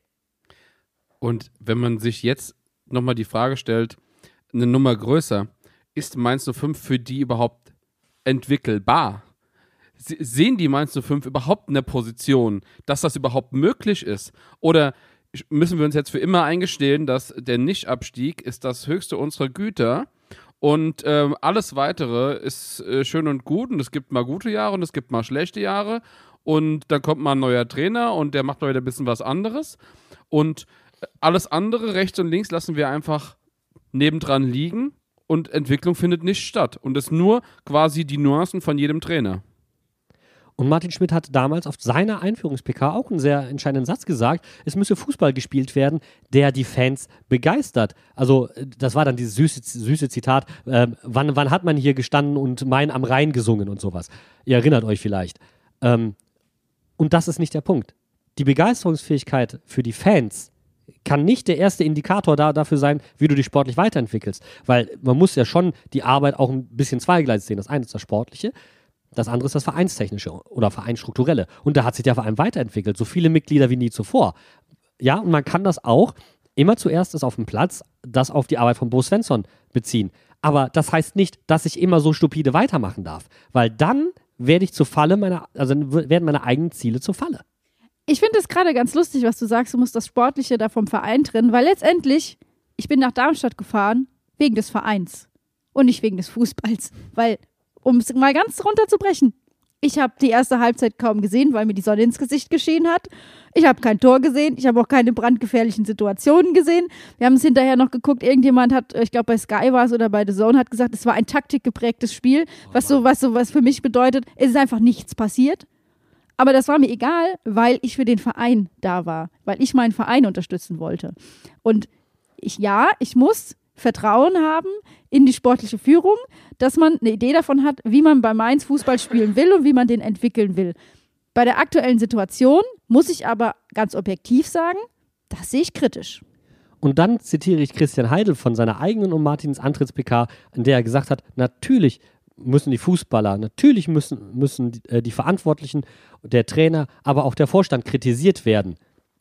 Und wenn man sich jetzt nochmal die Frage stellt, eine Nummer größer, ist Mainz 05 für die überhaupt entwickelbar? Sehen die Mainz 05 überhaupt in der Position, dass das überhaupt möglich ist? Oder müssen wir uns jetzt für immer eingestehen, dass der Nichtabstieg ist das höchste unserer Güter und alles Weitere ist schön und gut und es gibt mal gute Jahre und es gibt mal schlechte Jahre und dann kommt mal ein neuer Trainer und der macht mal wieder ein bisschen was anderes und alles andere, rechts und links, lassen wir einfach nebendran liegen und Entwicklung findet nicht statt und es nur quasi die Nuancen von jedem Trainer. Und Martin Schmidt hat damals auf seiner Einführungs-PK auch einen sehr entscheidenden Satz gesagt, es müsse Fußball gespielt werden, der die Fans begeistert. Also das war dann dieses süße Zitat, wann hat man hier gestanden und Main am Rhein gesungen und sowas. Ihr erinnert euch vielleicht. Und das ist nicht der Punkt. Die Begeisterungsfähigkeit für die Fans kann nicht der erste Indikator dafür sein, wie du dich sportlich weiterentwickelst. Weil man muss ja schon die Arbeit auch ein bisschen zweigleisig sehen. Das eine ist das Sportliche, das andere ist das Vereinstechnische oder Vereinsstrukturelle. Und da hat sich der Verein weiterentwickelt. So viele Mitglieder wie nie zuvor. Ja, und man kann das auch immer zuerst auf dem Platz, das auf die Arbeit von Bo Svensson beziehen. Aber das heißt nicht, dass ich immer so stupide weitermachen darf. Weil dann werde ich werden meine eigenen Ziele zur Falle. Ich finde es gerade ganz lustig, was du sagst, du musst das Sportliche da vom Verein trennen, weil letztendlich, ich bin nach Darmstadt gefahren wegen des Vereins und nicht wegen des Fußballs. Weil, um es mal ganz runterzubrechen, ich habe die erste Halbzeit kaum gesehen, weil mir die Sonne ins Gesicht geschienen hat. Ich habe kein Tor gesehen, ich habe auch keine brandgefährlichen Situationen gesehen. Wir haben es hinterher noch geguckt, irgendjemand hat, ich glaube bei Sky war es oder bei The Zone, hat gesagt, es war ein taktikgeprägtes Spiel, was für mich bedeutet, es ist einfach nichts passiert. Aber das war mir egal, weil ich für den Verein da war, weil ich meinen Verein unterstützen wollte. Und ich muss Vertrauen haben in die sportliche Führung, dass man eine Idee davon hat, wie man bei Mainz Fußball spielen will und wie man den entwickeln will. Bei der aktuellen Situation muss ich aber ganz objektiv sagen, das sehe ich kritisch. Und dann zitiere ich Christian Heidel von seiner eigenen und Martins Antritts-PK, in der er gesagt hat, natürlich müssen die Fußballer, natürlich müssen die Verantwortlichen, der Trainer, aber auch der Vorstand kritisiert werden.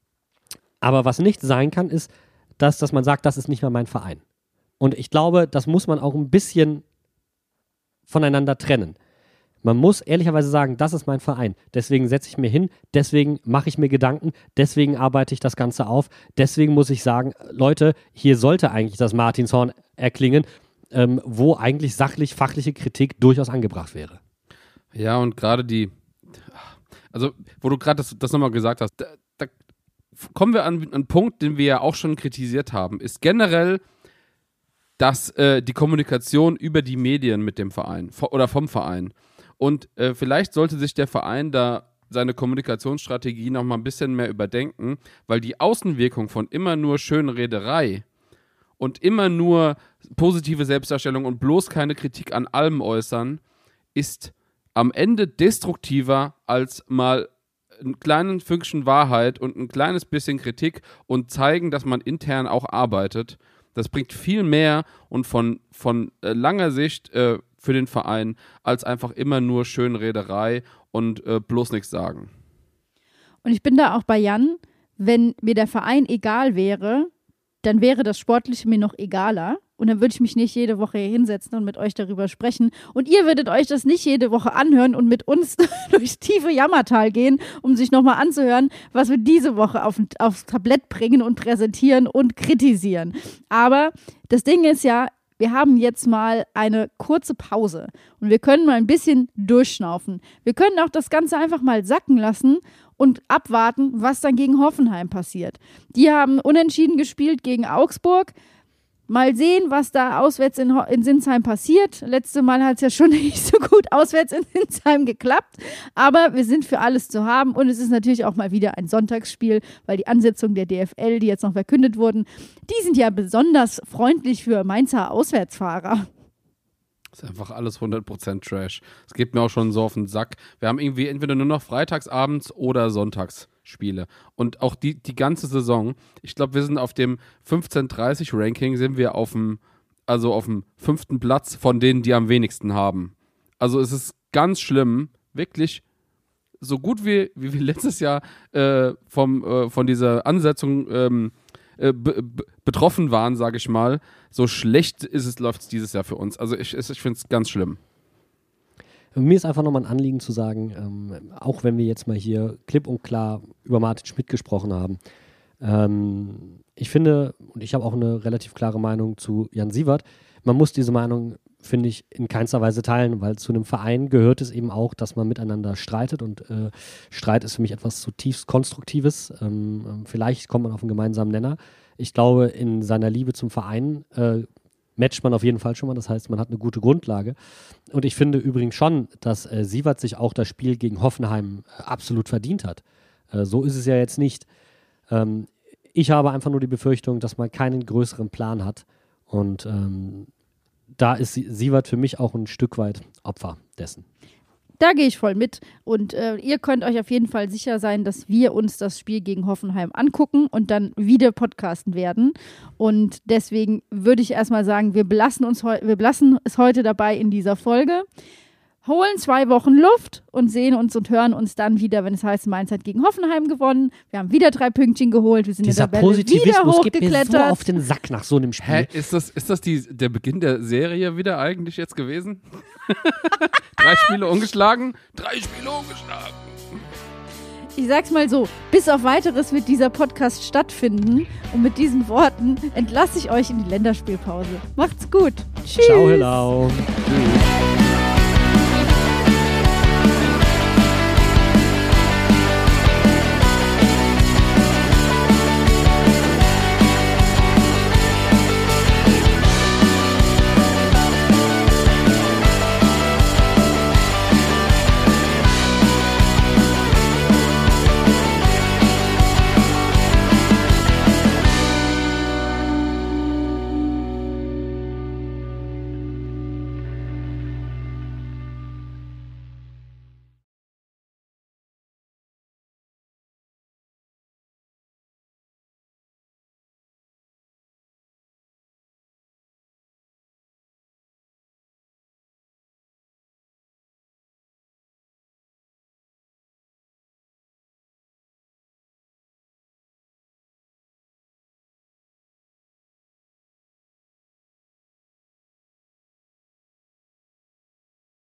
Aber was nicht sein kann, ist, dass man sagt, das ist nicht mehr mein Verein. Und ich glaube, das muss man auch ein bisschen voneinander trennen. Man muss ehrlicherweise sagen, das ist mein Verein. Deswegen setze ich mir hin, deswegen mache ich mir Gedanken, deswegen arbeite ich das Ganze auf. Deswegen muss ich sagen, Leute, hier sollte eigentlich das Martinshorn erklingen, wo eigentlich sachlich, fachliche Kritik durchaus angebracht wäre. Ja, und gerade wo du gerade das nochmal gesagt hast, da kommen wir an einen Punkt, den wir ja auch schon kritisiert haben, ist generell, dass die Kommunikation über die Medien mit dem Verein oder vom Verein. Und vielleicht sollte sich der Verein da seine Kommunikationsstrategie noch mal ein bisschen mehr überdenken, weil die Außenwirkung von immer nur Schönrederei und immer nur positive Selbstdarstellung und bloß keine Kritik an allem äußern, ist am Ende destruktiver als mal einen kleinen Fünkchen Wahrheit und ein kleines bisschen Kritik und zeigen, dass man intern auch arbeitet. Das bringt viel mehr und von langer Sicht für den Verein als einfach immer nur Schönrederei und bloß nichts sagen. Und ich bin da auch bei Jan, wenn mir der Verein egal wäre, dann wäre das Sportliche mir noch egaler. Und dann würde ich mich nicht jede Woche hier hinsetzen und mit euch darüber sprechen. Und ihr würdet euch das nicht jede Woche anhören und mit uns durchs tiefe Jammertal gehen, um sich nochmal anzuhören, was wir diese Woche aufs Tablett bringen und präsentieren und kritisieren. Aber das Ding ist ja, wir haben jetzt mal eine kurze Pause und wir können mal ein bisschen durchschnaufen. Wir können auch das Ganze einfach mal sacken lassen und abwarten, was dann gegen Hoffenheim passiert. Die haben unentschieden gespielt gegen Augsburg. Mal sehen, was da auswärts in Sinsheim passiert. Letztes Mal hat es ja schon nicht so gut auswärts in Sinsheim geklappt. Aber wir sind für alles zu haben. Und es ist natürlich auch mal wieder ein Sonntagsspiel, weil die Ansetzungen der DFL, die jetzt noch verkündet wurden, die sind ja besonders freundlich für Mainzer Auswärtsfahrer. Das ist einfach alles 100% Trash. Es geht mir auch schon so auf den Sack. Wir haben irgendwie entweder nur noch freitagsabends oder Sonntagsspiele. Und auch die ganze Saison, ich glaube, wir sind auf dem 15:30 sind wir auf dem 5. Platz von denen, die am wenigsten haben. Also es ist ganz schlimm, wirklich so gut wie wir letztes Jahr von dieser Ansetzung betroffen waren, sage ich mal, so schlecht läuft es dieses Jahr für uns. Also ich finde es ganz schlimm. Mir ist einfach nochmal ein Anliegen zu sagen, auch wenn wir jetzt mal hier klipp und klar über Martin Schmidt gesprochen haben, ich finde, und ich habe auch eine relativ klare Meinung zu Jan Siewert, man muss diese Meinung, finde ich, in keinster Weise teilen, weil zu einem Verein gehört es eben auch, dass man miteinander streitet und Streit ist für mich etwas zutiefst Konstruktives. Vielleicht kommt man auf einen gemeinsamen Nenner. Ich glaube, in seiner Liebe zum Verein matcht man auf jeden Fall schon mal. Das heißt, man hat eine gute Grundlage. Und ich finde übrigens schon, dass Siewert sich auch das Spiel gegen Hoffenheim absolut verdient hat. So ist es ja jetzt nicht. Ich habe einfach nur die Befürchtung, dass man keinen größeren Plan hat. Und da ist Siewert für mich auch ein Stück weit Opfer dessen. Da gehe ich voll mit und ihr könnt euch auf jeden Fall sicher sein, dass wir uns das Spiel gegen Hoffenheim angucken und dann wieder podcasten werden. Und deswegen würde ich erstmal sagen, wir belassen es heute dabei in dieser Folge. Holen 2 Wochen Luft und sehen uns und hören uns dann wieder, wenn es heißt, Mainz hat gegen Hoffenheim gewonnen. Wir haben wieder 3 Pünktchen geholt. Wir sind in der Tabelle wieder hochgeklettert. Geht mir so auf den Sack nach so einem Spiel. Ist das der Beginn der Serie wieder eigentlich jetzt gewesen? 3 Spiele ungeschlagen? 3 Spiele ungeschlagen. Ich sag's mal so, bis auf Weiteres wird dieser Podcast stattfinden. Und mit diesen Worten entlasse ich euch in die Länderspielpause. Macht's gut. Tschüss. Ciao, hello. Tschüss.